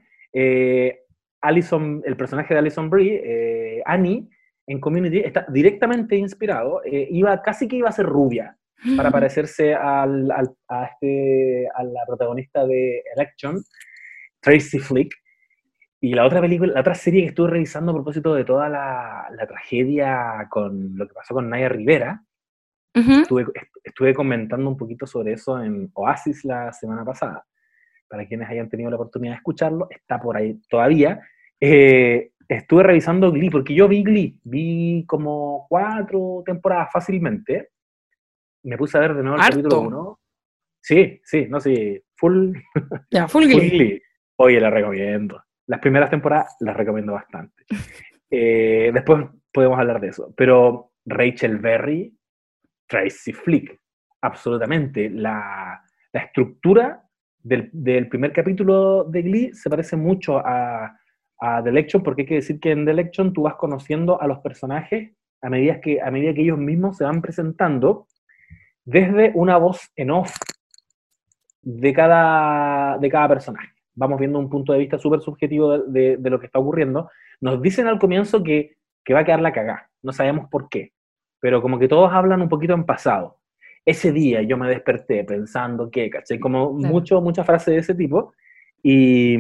B: El personaje de Alison Brie, Annie, en Community, está directamente inspirado. Casi que iba a ser rubia para parecerse a la protagonista de Election, Tracy Flick. Y la otra serie que estuve revisando a propósito de toda la tragedia con lo que pasó con Naya Rivera, estuve comentando un poquito sobre eso en Oasis la semana pasada. Para quienes hayan tenido la oportunidad de escucharlo, está por ahí todavía. Estuve revisando Glee, porque yo vi Glee, vi como 4 temporadas fácilmente. Me puse a ver de nuevo el capítulo
A: Harto.
B: 1. Sí, no, sí, full,
A: Ya, full
B: full
A: Glee.
B: Glee. Oye, la recomiendo. Las primeras temporadas las recomiendo bastante. Después podemos hablar de eso. Pero Rachel Berry, Tracy Flick, absolutamente. La estructura del primer capítulo de Glee se parece mucho a The Election, porque hay que decir que en The Election tú vas conociendo a los personajes a medida que ellos mismos se van presentando, desde una voz en off de cada personaje. Vamos viendo un punto de vista súper subjetivo de lo que está ocurriendo. Nos dicen al comienzo que va a quedar la cagá, no sabemos por qué, pero como que todos hablan un poquito en pasado. Ese día yo me desperté pensando que, ¿cachai? Como muchas frases de ese tipo, y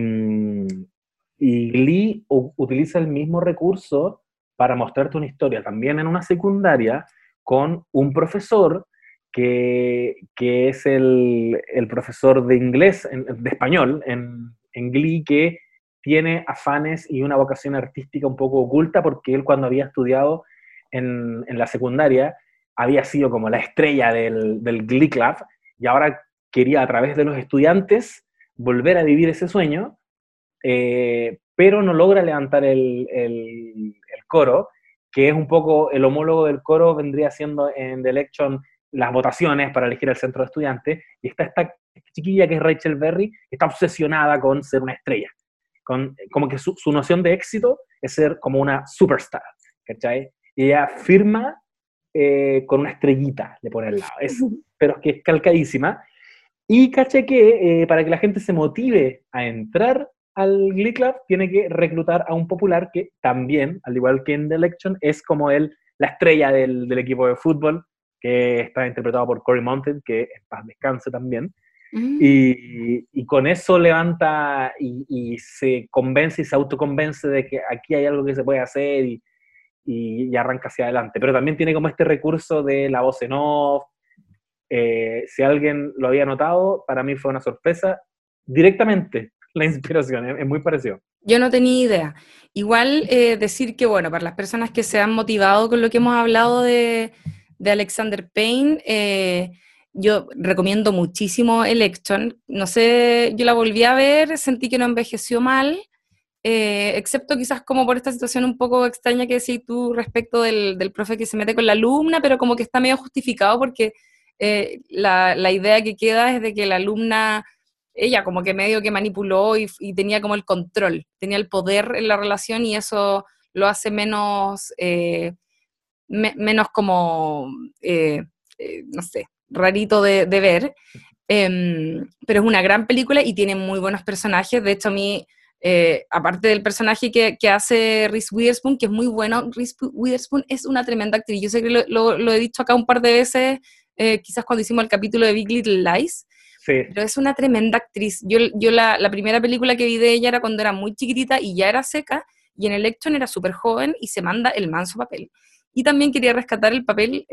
B: Glee utiliza el mismo recurso para mostrarte una historia, también en una secundaria, con un profesor que es el profesor de inglés, de español, en Glee, que tiene afanes y una vocación artística un poco oculta, porque él cuando había estudiado en la secundaria había sido como la estrella del Glee Club, y ahora quería a través de los estudiantes volver a vivir ese sueño, pero no logra levantar el coro, que es un poco el homólogo del coro, vendría siendo en The Election las votaciones para elegir el centro de estudiantes, y está esta chiquilla que es Rachel Berry, que está obsesionada con ser una estrella, como que su noción de éxito es ser como una superstar, ¿cachai? Y ella firma con una estrellita, le pone al lado, pero es que es calcadísima, y caché que para que la gente se motive a entrar al Glee Club, tiene que reclutar a un popular que también, al igual que en The Election, es como la estrella del equipo de fútbol, que está interpretado por Cory Monteith, que en paz descanse también. Y con eso levanta y se convence y se autoconvence de que aquí hay algo que se puede hacer y arranca hacia adelante. Pero también tiene como este recurso de la voz en off. Si alguien lo había notado, para mí fue una sorpresa. Directamente la inspiración, es muy parecido.
A: Yo no tenía idea. Igual decir que, bueno, para las personas que se han motivado con lo que hemos hablado de Alexander Payne, yo recomiendo muchísimo Election. No sé, yo la volví a ver, sentí que no envejeció mal, excepto quizás como por esta situación un poco extraña que decís tú respecto del profe que se mete con la alumna, pero como que está medio justificado porque la idea que queda es de que la alumna, ella como que medio que manipuló y tenía como el control, tenía el poder en la relación y eso lo hace menos, menos como, no sé, rarito de ver. Pero es una gran película y tiene muy buenos personajes. De hecho, a mí, aparte del personaje que hace Reese Witherspoon, que es muy bueno, Reese Witherspoon es una tremenda actriz. Yo sé que lo he dicho acá un par de veces, quizás cuando hicimos el capítulo de Big Little Lies,
B: Sí.
A: pero es una tremenda actriz. Yo la primera película que vi de ella era cuando era muy chiquitita y ya era seca, y en Election era súper joven y se manda el manso papel. Y también quería rescatar el papel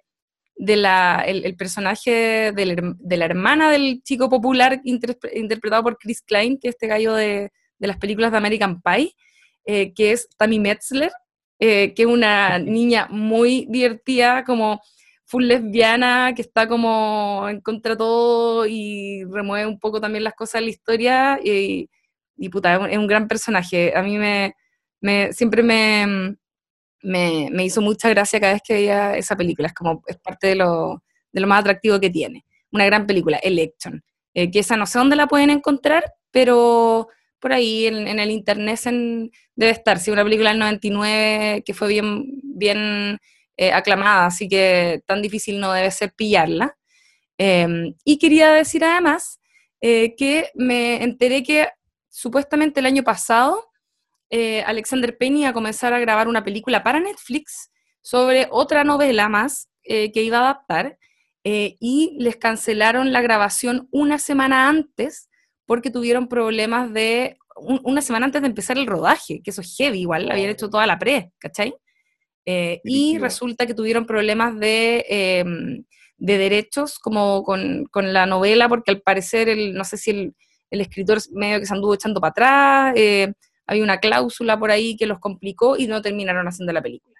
A: el personaje de la hermana del chico popular interpretado por Chris Klein, que es este gallo de las películas de American Pie, que es Tammy Metzler, que es una niña muy divertida, como full lesbiana, que está como en contra de todo y remueve un poco también las cosas de la historia, y puta, es un gran personaje. A mí siempre me hizo mucha gracia cada vez que veía esa película, es parte de lo más atractivo que tiene. Una gran película, Election, que esa no sé dónde la pueden encontrar, pero por ahí en el internet debe estar, sí, una película del 99 que fue bien aclamada, así que tan difícil no debe ser pillarla. Y quería decir además que me enteré que supuestamente el año pasado Alexander Payne iba a comenzar a grabar una película para Netflix sobre otra novela más que iba a adaptar, y les cancelaron la grabación una semana antes porque tuvieron problemas una semana antes de empezar el rodaje, que eso es heavy igual, habían hecho toda la pre, ¿cachai? Y
B: Brígido.
A: resulta que tuvieron problemas de derechos como con la novela, porque al parecer, no sé si el escritor medio que se anduvo echando para atrás, había una cláusula por ahí que los complicó y no terminaron haciendo la película.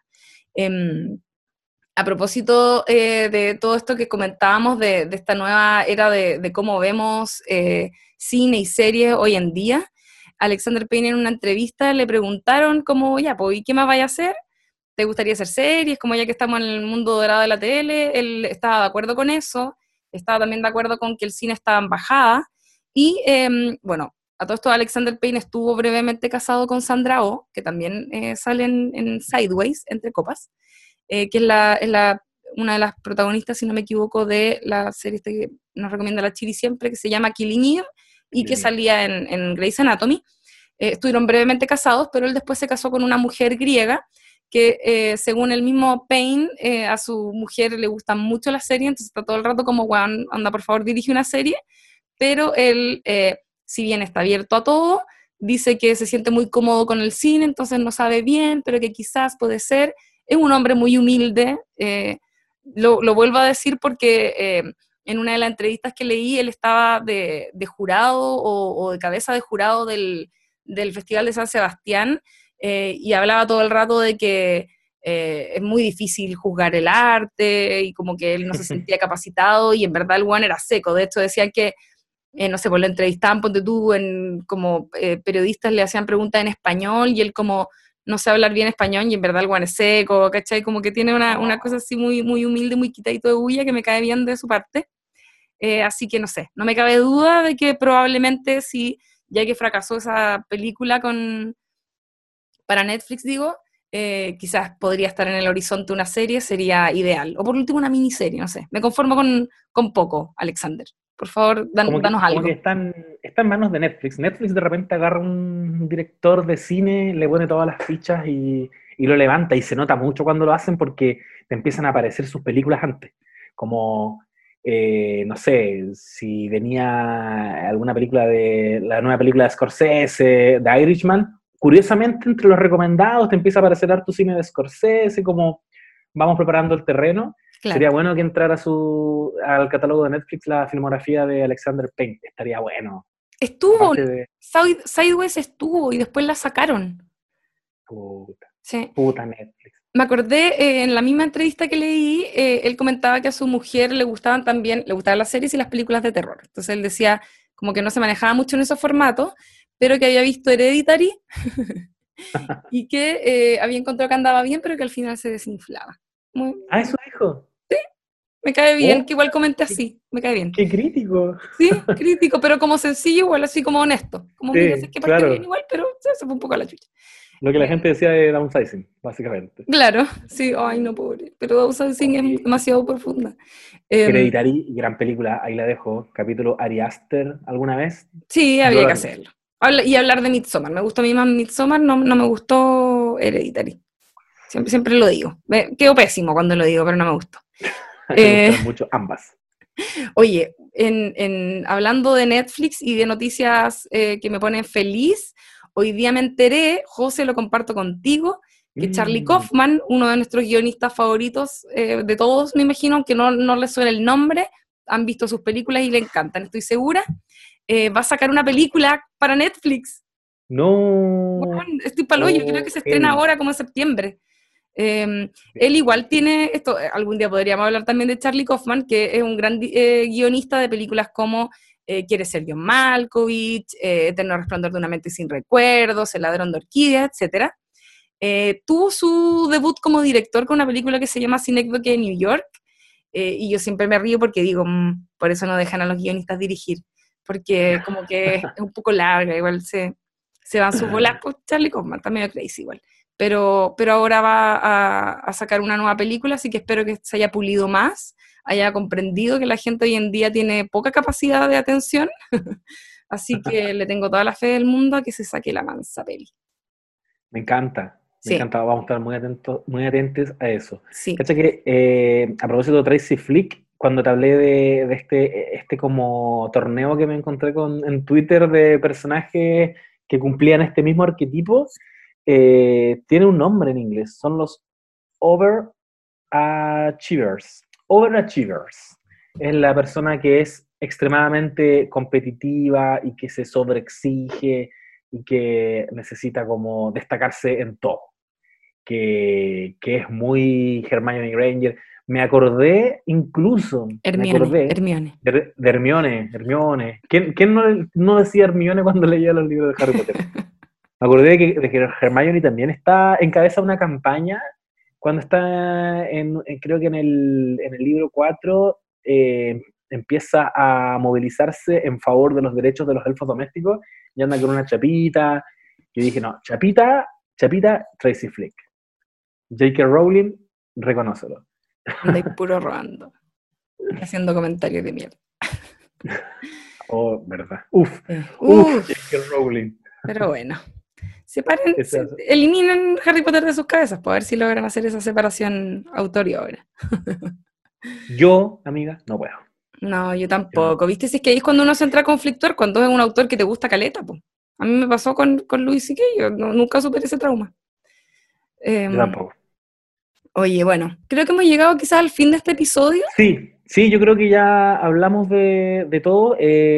A: A propósito de todo esto que comentábamos de esta nueva era de cómo vemos cine y series hoy en día, Alexander Payne en una entrevista le preguntaron como, ya, pues, ¿y qué más vaya a hacer? ¿Te gustaría hacer series? Como ya que estamos en el mundo dorado de la tele, él estaba de acuerdo con eso, estaba también de acuerdo con que el cine estaba en bajada, y bueno, a todo esto Alexander Payne estuvo brevemente casado con Sandra Oh, que también sale en Sideways, Entre Copas, que una de las protagonistas, si no me equivoco, de la serie que nos recomienda la Chiri siempre, que se llama Killing Eve, y que salía en Grey's Anatomy. Estuvieron brevemente casados, pero él después se casó con una mujer griega, que según el mismo Payne, a su mujer le gustan mucho las series, entonces está todo el rato como, bueno, anda, por favor, dirige una serie, pero él, si bien está abierto a todo, dice que se siente muy cómodo con el cine, entonces no sabe bien, pero que quizás puede ser. Es un hombre muy humilde, lo vuelvo a decir porque en una de las entrevistas que leí, él estaba de jurado o de cabeza de jurado del Festival de San Sebastián, y hablaba todo el rato de que es muy difícil juzgar el arte y como que él no se sentía capacitado, y en verdad el one era seco. De hecho decía que no sé, pues lo entrevistaban, ponte tú, como periodistas le hacían preguntas en español y él como no sabe hablar bien español y en verdad el guan es seco, ¿cachai? Como que tiene una cosa así muy, muy humilde, muy quitadito de bulla, que me cae bien de su parte. Así que no sé, no me cabe duda de que probablemente si, ya que fracasó esa película para Netflix, digo, quizás podría estar en el horizonte una serie, sería ideal. O por último una miniserie, no sé. Me conformo con poco, Alexander. Por favor, danos
B: Como que
A: algo.
B: está en manos de Netflix. Netflix de repente agarra un director de cine, le pone todas las fichas y lo levanta, y se nota mucho cuando lo hacen porque te empiezan a aparecer sus películas antes. Como, no sé, si venía alguna película la nueva película de Scorsese, The Irishman, curiosamente entre los recomendados te empieza a aparecer harto cine de Scorsese, como vamos preparando el terreno.
A: Claro.
B: Sería bueno que entrara al catálogo de Netflix la filmografía de Alexander Payne. Estaría bueno.
A: Estuvo,
B: Aparte de...
A: Sideways estuvo y después la sacaron.
B: Puta,
A: Sí.
B: puta Netflix.
A: Me acordé en la misma entrevista que leí, él comentaba que a su mujer le gustaban las series y las películas de terror. Entonces él decía como que no se manejaba mucho en esos formatos, pero que había visto Hereditary y que había encontrado que andaba bien, pero que al final se desinflaba. Muy,
B: Ah, eso dijo.
A: me cae bien,
B: Oh,
A: que igual comenté
B: qué,
A: así, me cae bien.
B: qué crítico.
A: Sí, crítico, pero como sencillo, igual así como honesto. Como mira, sé
B: Sí,
A: que partió bien
B: claro.
A: igual, pero se fue un poco a la chucha.
B: Lo que la
A: Eh,
B: gente decía de downsizing, básicamente.
A: claro, sí, ay no, pobre. Pero Dawson's Creek es
B: Oye,
A: demasiado profunda. Eh,
B: Hereditary, gran película, ahí la dejo. Capítulo Ari Aster, ¿alguna vez?
A: sí,
B: Yo
A: habría
B: lo
A: que
B: haría.
A: hacerlo. Y hablar de Midsommar. Me gustó a mí más Midsommar, no me gustó Hereditary. Siempre lo digo. Quedo pésimo cuando lo digo, pero no me gustó.
B: Me
A: Eh,
B: gustaron mucho ambas.
A: Oye, hablando de Netflix y de noticias que me ponen feliz, hoy día me enteré, José, lo comparto contigo, que Charlie
B: Mm,
A: Kaufman, uno de nuestros guionistas favoritos de todos, me imagino, aunque no les suene el nombre, han visto sus películas y le encantan, estoy segura, va a sacar una película para Netflix.
B: no.
A: Bueno, estoy palo, yo creo que
B: Oh,
A: se estrena
B: heavy.
A: ahora como en septiembre. Él igual tiene, esto, algún día podríamos hablar también de Charlie Kaufman, que es un gran guionista de películas como Quiere ser John Malkovich, Eterno Resplandor de una mente sin recuerdos, El ladrón de orquídeas, etc. Tuvo su debut como director con una película que se llama Synecdoche de New York, y yo siempre me río porque digo, por eso no dejan a los guionistas dirigir, porque como que es un poco larga, igual se van sus bolas, pues Charlie Kaufman, también es crazy igual. Pero ahora va a sacar una nueva película, así que espero que se haya pulido más, haya comprendido que la gente hoy en día tiene poca capacidad de atención, así que le tengo toda la fe del mundo a que se saque la mansa peli.
B: Me
A: Sí,
B: encanta, vamos a estar muy atentos a eso.
A: sí.
B: Cacha que, a propósito de Tracy Flick, cuando te hablé de este como torneo que me encontré en Twitter de personajes que cumplían este mismo arquetipo, tiene un nombre en inglés, son los Overachievers. Overachievers es la persona que es extremadamente competitiva y que se sobreexige y que necesita como destacarse en todo. Que es muy Hermione Granger. Me acordé
A: Hermione.
B: de Hermione. ¿Quién no decía Hermione cuando leía los libros de Harry Potter? Me acordé de que Hermione también encabeza una campaña cuando está creo que en el libro 4 empieza a movilizarse en favor de los derechos de los elfos domésticos y anda con una chapita. Yo dije, no, chapita, Tracy Flick. J.K. Rowling, reconócelo.
A: Andáis puro robando, haciendo comentarios de mierda.
B: Oh, verdad. Uf,
A: Uf,
B: J.K. Rowling.
A: pero bueno.
B: Esa-
A: Eliminen Harry Potter de sus cabezas, para ver si logran hacer esa separación autor y obra.
B: Yo, amiga, no puedo.
A: No, yo
B: Yo no
A: tampoco.
B: puedo.
A: ¿Viste? Si es que ahí es cuando uno se entra a conflictuar, cuando es un autor que te gusta caleta, pues. A mí me pasó con Louis C.K., yo nunca superé ese trauma.
B: Yo
A: Em,
B: tampoco.
A: Oye, bueno, creo que hemos llegado quizás al fin de este episodio.
B: Sí, yo creo que ya hablamos de todo.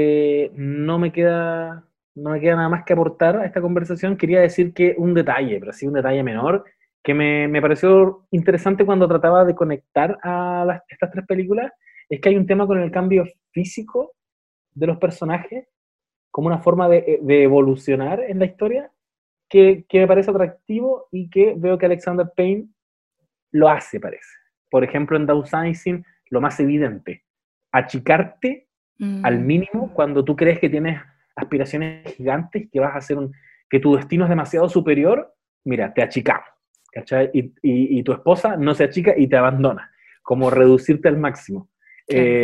B: No me queda nada más que aportar a esta conversación. Quería decir que un detalle, pero sí un detalle menor, que me pareció interesante cuando trataba de conectar a estas tres películas, es que hay un tema con el cambio físico de los personajes, como una forma de evolucionar en la historia, que me parece atractivo y que veo que Alexander Payne lo hace, parece. Por ejemplo, en Downsizing, lo más evidente, achicarte al
A: Mm,
B: mínimo cuando tú crees que tienes aspiraciones gigantes, que vas a hacer que tu destino es demasiado superior, mira, te achicamos, ¿cachai? Y tu esposa no se achica y te abandona, como reducirte al máximo.
A: claro.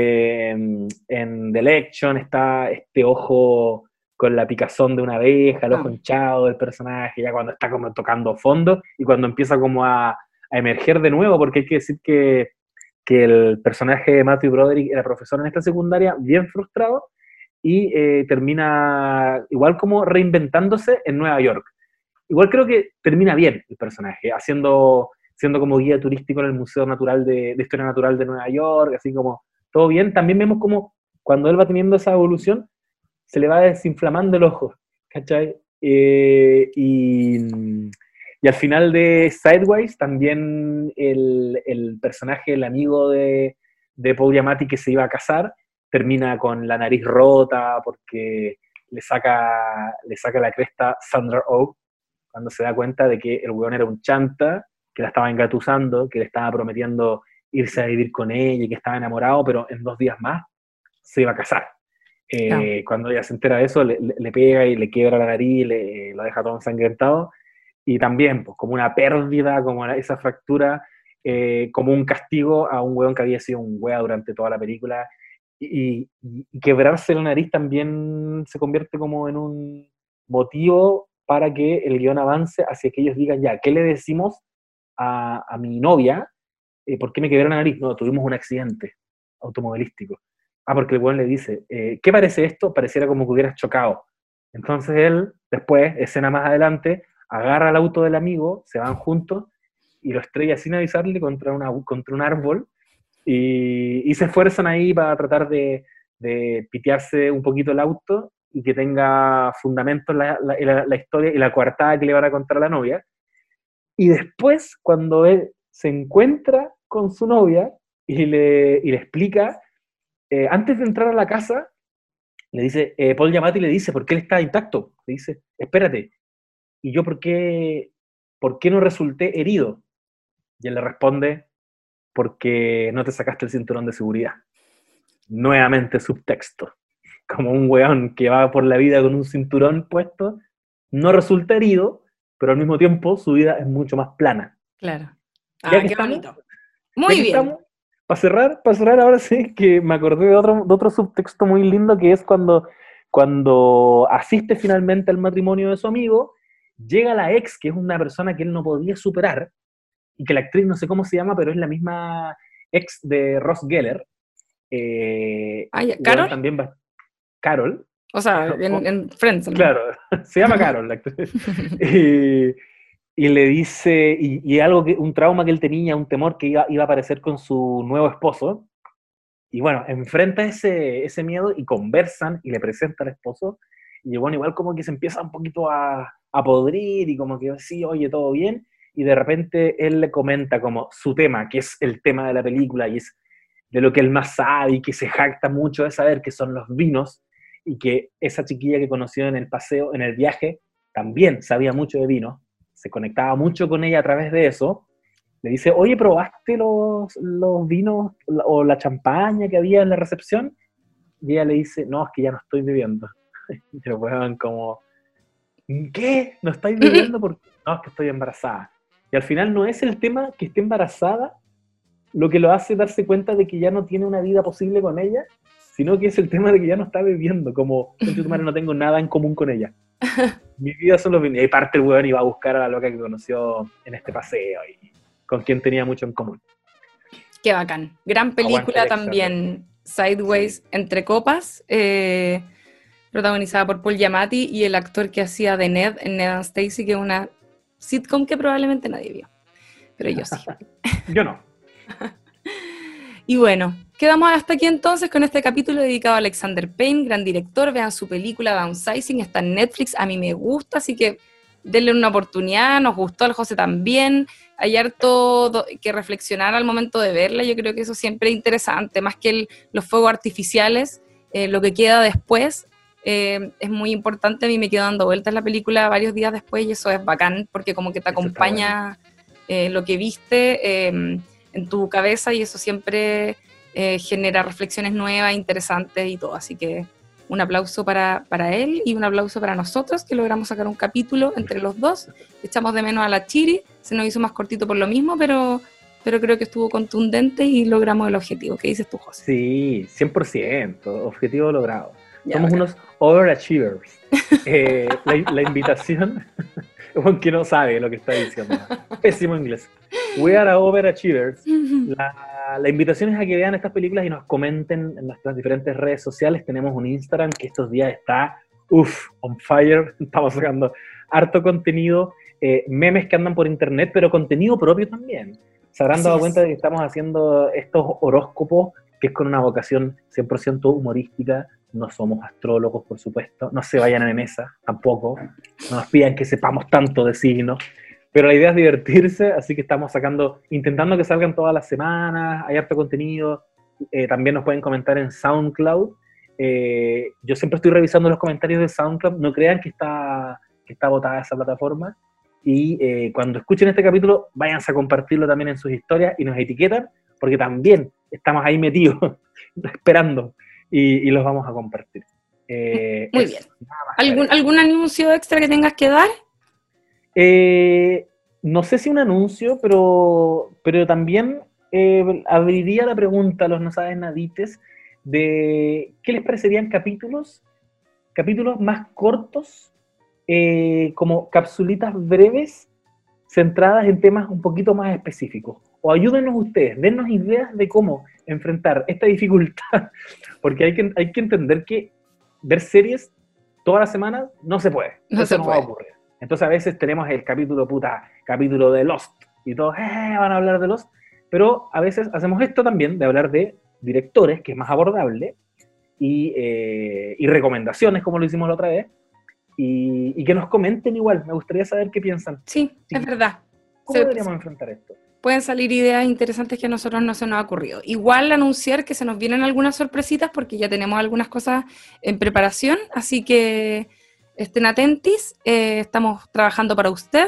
B: En The Election está este ojo con la picazón de una abeja, el ojo
A: Ah,
B: hinchado del personaje, ya cuando está como tocando fondo y cuando empieza como a emerger de nuevo, porque hay que decir que el personaje de Matthew Broderick era profesor en esta secundaria, bien frustrado, y termina igual como reinventándose en Nueva York. Igual creo que termina bien el personaje, siendo como guía turístico en el Museo Natural de Historia Natural de Nueva York, así como todo bien. También vemos como cuando él va teniendo esa evolución, se le va desinflamando el ojo, ¿cachai? Y al final de Sideways, también el personaje, el amigo de Paul Giamatti que se iba a casar, termina con la nariz rota porque le saca la cresta Sandra Oh cuando se da cuenta de que el weón era un chanta, que la estaba engatusando, que le estaba prometiendo irse a vivir con ella y que estaba enamorado, pero en 2 días más se iba a casar.
A: claro.
B: Cuando ella se entera de eso, le pega y le quiebra la nariz, lo deja todo ensangrentado. Y también, pues, como una pérdida, como esa fractura, como un castigo a un weón que había sido un wea durante toda la película. Y quebrarse la nariz también se convierte como en un motivo para que el guión avance hacia que ellos digan, ya, ¿qué le decimos a mi novia? ¿Por qué me quebré la nariz? No, tuvimos un accidente automovilístico. Ah, porque el weón le dice, ¿qué parece esto? Pareciera como que hubieras chocado. Entonces él, después, escena más adelante, agarra el auto del amigo, se van juntos y lo estrella sin avisarle contra un árbol y se esfuerzan ahí para tratar de pitearse un poquito el auto y que tenga fundamento la historia y la coartada que le van a contar a la novia. Y después, cuando él se encuentra con su novia y le explica, antes de entrar a la casa, le dice, Paul Giamatti le dice, ¿por qué él está intacto? Le dice, espérate, ¿y yo por qué no resulté herido? Y él le responde, porque no te sacaste el cinturón de seguridad. Nuevamente subtexto. Como un weón que va por la vida con un cinturón puesto, no resulta herido, pero al mismo tiempo su vida es mucho más plana.
A: Claro.
B: Ya
A: Ah,
B: que
A: qué
B: estamos,
A: bonito.
B: ya
A: Muy
B: que
A: bien.
B: estamos, para cerrar ahora sí, que me acordé de otro subtexto muy lindo, que es cuando asiste finalmente al matrimonio de su amigo, llega la ex, que es una persona que él no podía superar, y que la actriz no sé cómo se llama, pero es la misma ex de Ross Geller.
A: Ah, ya.
B: Bueno,
A: ¿Carol?
B: también va Carol.
A: O sea, en Friends, ¿no?
B: Claro, se llama Carol la actriz. Y, y le dice, y algo un trauma que él tenía, un temor que iba a aparecer con su nuevo esposo, y bueno, enfrenta ese miedo y conversan y le presenta al esposo, y bueno, igual como que se empieza un poquito a podrir y como que sí, oye, todo bien, y de repente él le comenta como su tema, que es el tema de la película y es de lo que él más sabe y que se jacta mucho de saber, que son los vinos, y que esa chiquilla que conoció en el paseo, en el viaje, también sabía mucho de vino, se conectaba mucho con ella a través de eso. Le dice, oye, ¿probaste los vinos o la champaña que había en la recepción? Y ella le dice, no, es que ya no estoy bebiendo. Y lo juegan como, ¿qué? ¿No estáis bebiendo? Porque no, es que estoy embarazada. Y al final no es el tema que esté embarazada lo que lo hace darse cuenta de que ya no tiene una vida posible con ella, sino que es el tema de que ya no está bebiendo, como, concha tu madre, no tengo nada en común con ella. Mi vida son los vinos. Y ahí parte el weón y va a buscar a la loca que conoció en este paseo y con quien tenía mucho en común.
A: Qué bacán. Gran
B: Aguante
A: película
B: Alexander.
A: también,
B: Sí.
A: Sideways, Entre Copas, protagonizada por Paul Giamatti y el actor que hacía de Ned en Ned and Stacy, que es una sitcom que probablemente nadie vio, pero yo sí.
B: Yo no.
A: Y bueno, quedamos hasta aquí entonces con este capítulo dedicado a Alexander Payne, gran director. Vean su película Downsizing, está en Netflix, a mí me gusta, así que denle una oportunidad. Nos gustó al José también. Hay harto que reflexionar al momento de verla, yo creo que eso siempre es interesante, más que los fuegos artificiales, lo que queda después. Es muy importante, a mí me quedo dando vueltas la película varios días después y eso es bacán porque como que te
B: Eso está bueno.
A: acompaña lo que viste en tu cabeza y eso siempre genera reflexiones nuevas, interesantes y todo. Así que un aplauso para él y un aplauso para nosotros que logramos sacar un capítulo entre los dos. Echamos de menos a la Chiri, se nos hizo más cortito por lo mismo, pero creo que estuvo contundente y logramos el objetivo. ¿Qué dices tú, José?
B: Sí, 100%, objetivo logrado.
A: Ya,
B: Somos
A: bacán.
B: unos overachievers. La invitación, aunque no sabe lo que está diciendo. Pésimo inglés. We are overachievers. La invitación es a que vean estas películas y nos comenten en nuestras diferentes redes sociales. Tenemos un Instagram que estos días está, on fire. Estamos sacando harto contenido, memes que andan por internet, pero contenido propio también. Se habrán
A: Así
B: dado cuenta
A: es.
B: de que estamos haciendo estos horóscopos, que es con una vocación 100% humorística. No somos astrólogos, por supuesto. No se vayan a esa, tampoco. No nos pidan que sepamos tanto de signos. Pero la idea es divertirse, así que estamos intentando que salgan todas las semanas, hay harto contenido. También nos pueden comentar en SoundCloud. Yo siempre estoy revisando los comentarios de SoundCloud. No crean que está botada esa plataforma. Y cuando escuchen este capítulo, váyanse a compartirlo también en sus historias y nos etiquetan, porque también estamos ahí metidos, esperando, y los vamos a compartir.
A: Muy bien.
B: Nada más que agregar.
A: ¿Algún anuncio extra que tengas que dar?
B: Eh, no sé si un anuncio, pero también abriría la pregunta a los no saben nadites de qué les parecerían capítulos más cortos, como capsulitas breves centradas en temas un poquito más específicos. O ayúdenos ustedes, dennos ideas de cómo enfrentar esta dificultad, porque hay que entender que ver series toda la semana no se puede,
A: No
B: eso
A: se
B: no va a
A: puede.
B: ocurrir. Entonces a veces tenemos el capítulo de Lost, y todos van a hablar de Lost, pero a veces hacemos esto también, de hablar de directores, que es más abordable, y recomendaciones, como lo hicimos la otra vez, y que nos comenten igual, me gustaría saber qué piensan.
A: Sí, es
B: Chiquillos.
A: verdad.
B: ¿Cómo deberíamos enfrentar esto?
A: Pueden salir ideas interesantes que a nosotros no se nos ha ocurrido. Igual anunciar que se nos vienen algunas sorpresitas porque ya tenemos algunas cosas en preparación, así que estén atentis, estamos trabajando para usted.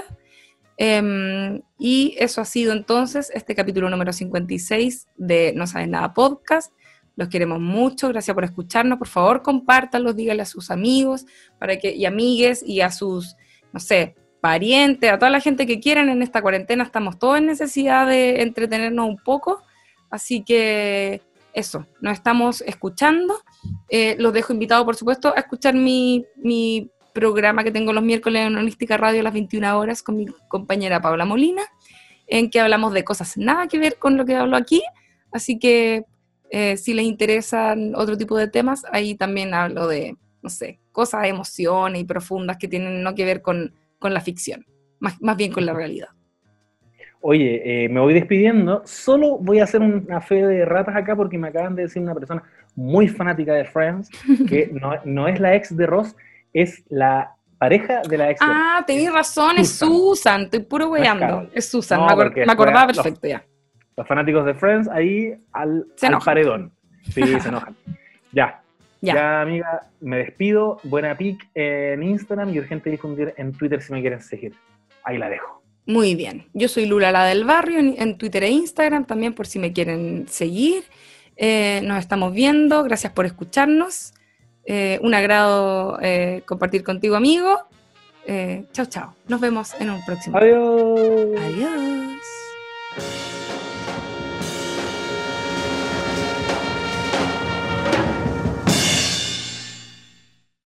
A: Y eso ha sido entonces este capítulo número 56 de No Sabes Nada Podcast. Los queremos mucho, gracias por escucharnos. Por favor, compártanlos, díganle a sus amigos y amigues y a sus, no sé, parientes, a toda la gente que quieran. En esta cuarentena estamos todos en necesidad de entretenernos un poco, así que eso, nos estamos escuchando. Los dejo invitados, por supuesto, a escuchar mi programa que tengo los miércoles en Holística Radio a las 21 horas con mi compañera Paula Molina, en que hablamos de cosas nada que ver con lo que hablo aquí, así que si les interesan otro tipo de temas, ahí también hablo de, no sé, cosas, emociones y profundas que tienen no que ver con la ficción, más bien con la realidad.
B: Oye, me voy despidiendo, solo voy a hacer una fe de ratas acá porque me acaban de decir una persona muy fanática de Friends, que no es la ex de Ross, es la pareja de la ex de Ross.
A: Ah, tenés razón, es Susan, estoy puro weyando, es Susan,
B: no,
A: me acordaba perfecto ya.
B: Los fanáticos de Friends ahí al paredón. Sí, se enojan. Ya, amiga, me despido. Buena pic en Instagram y urgente difundir en Twitter si me quieren seguir. Ahí la dejo.
A: Muy bien. Yo soy Lula la del Barrio en Twitter e Instagram también por si me quieren seguir. Nos estamos viendo. Gracias por escucharnos. Un agrado compartir contigo, amigo. Chao, chao. Nos vemos en un próximo.
B: Adiós.
A: Adiós.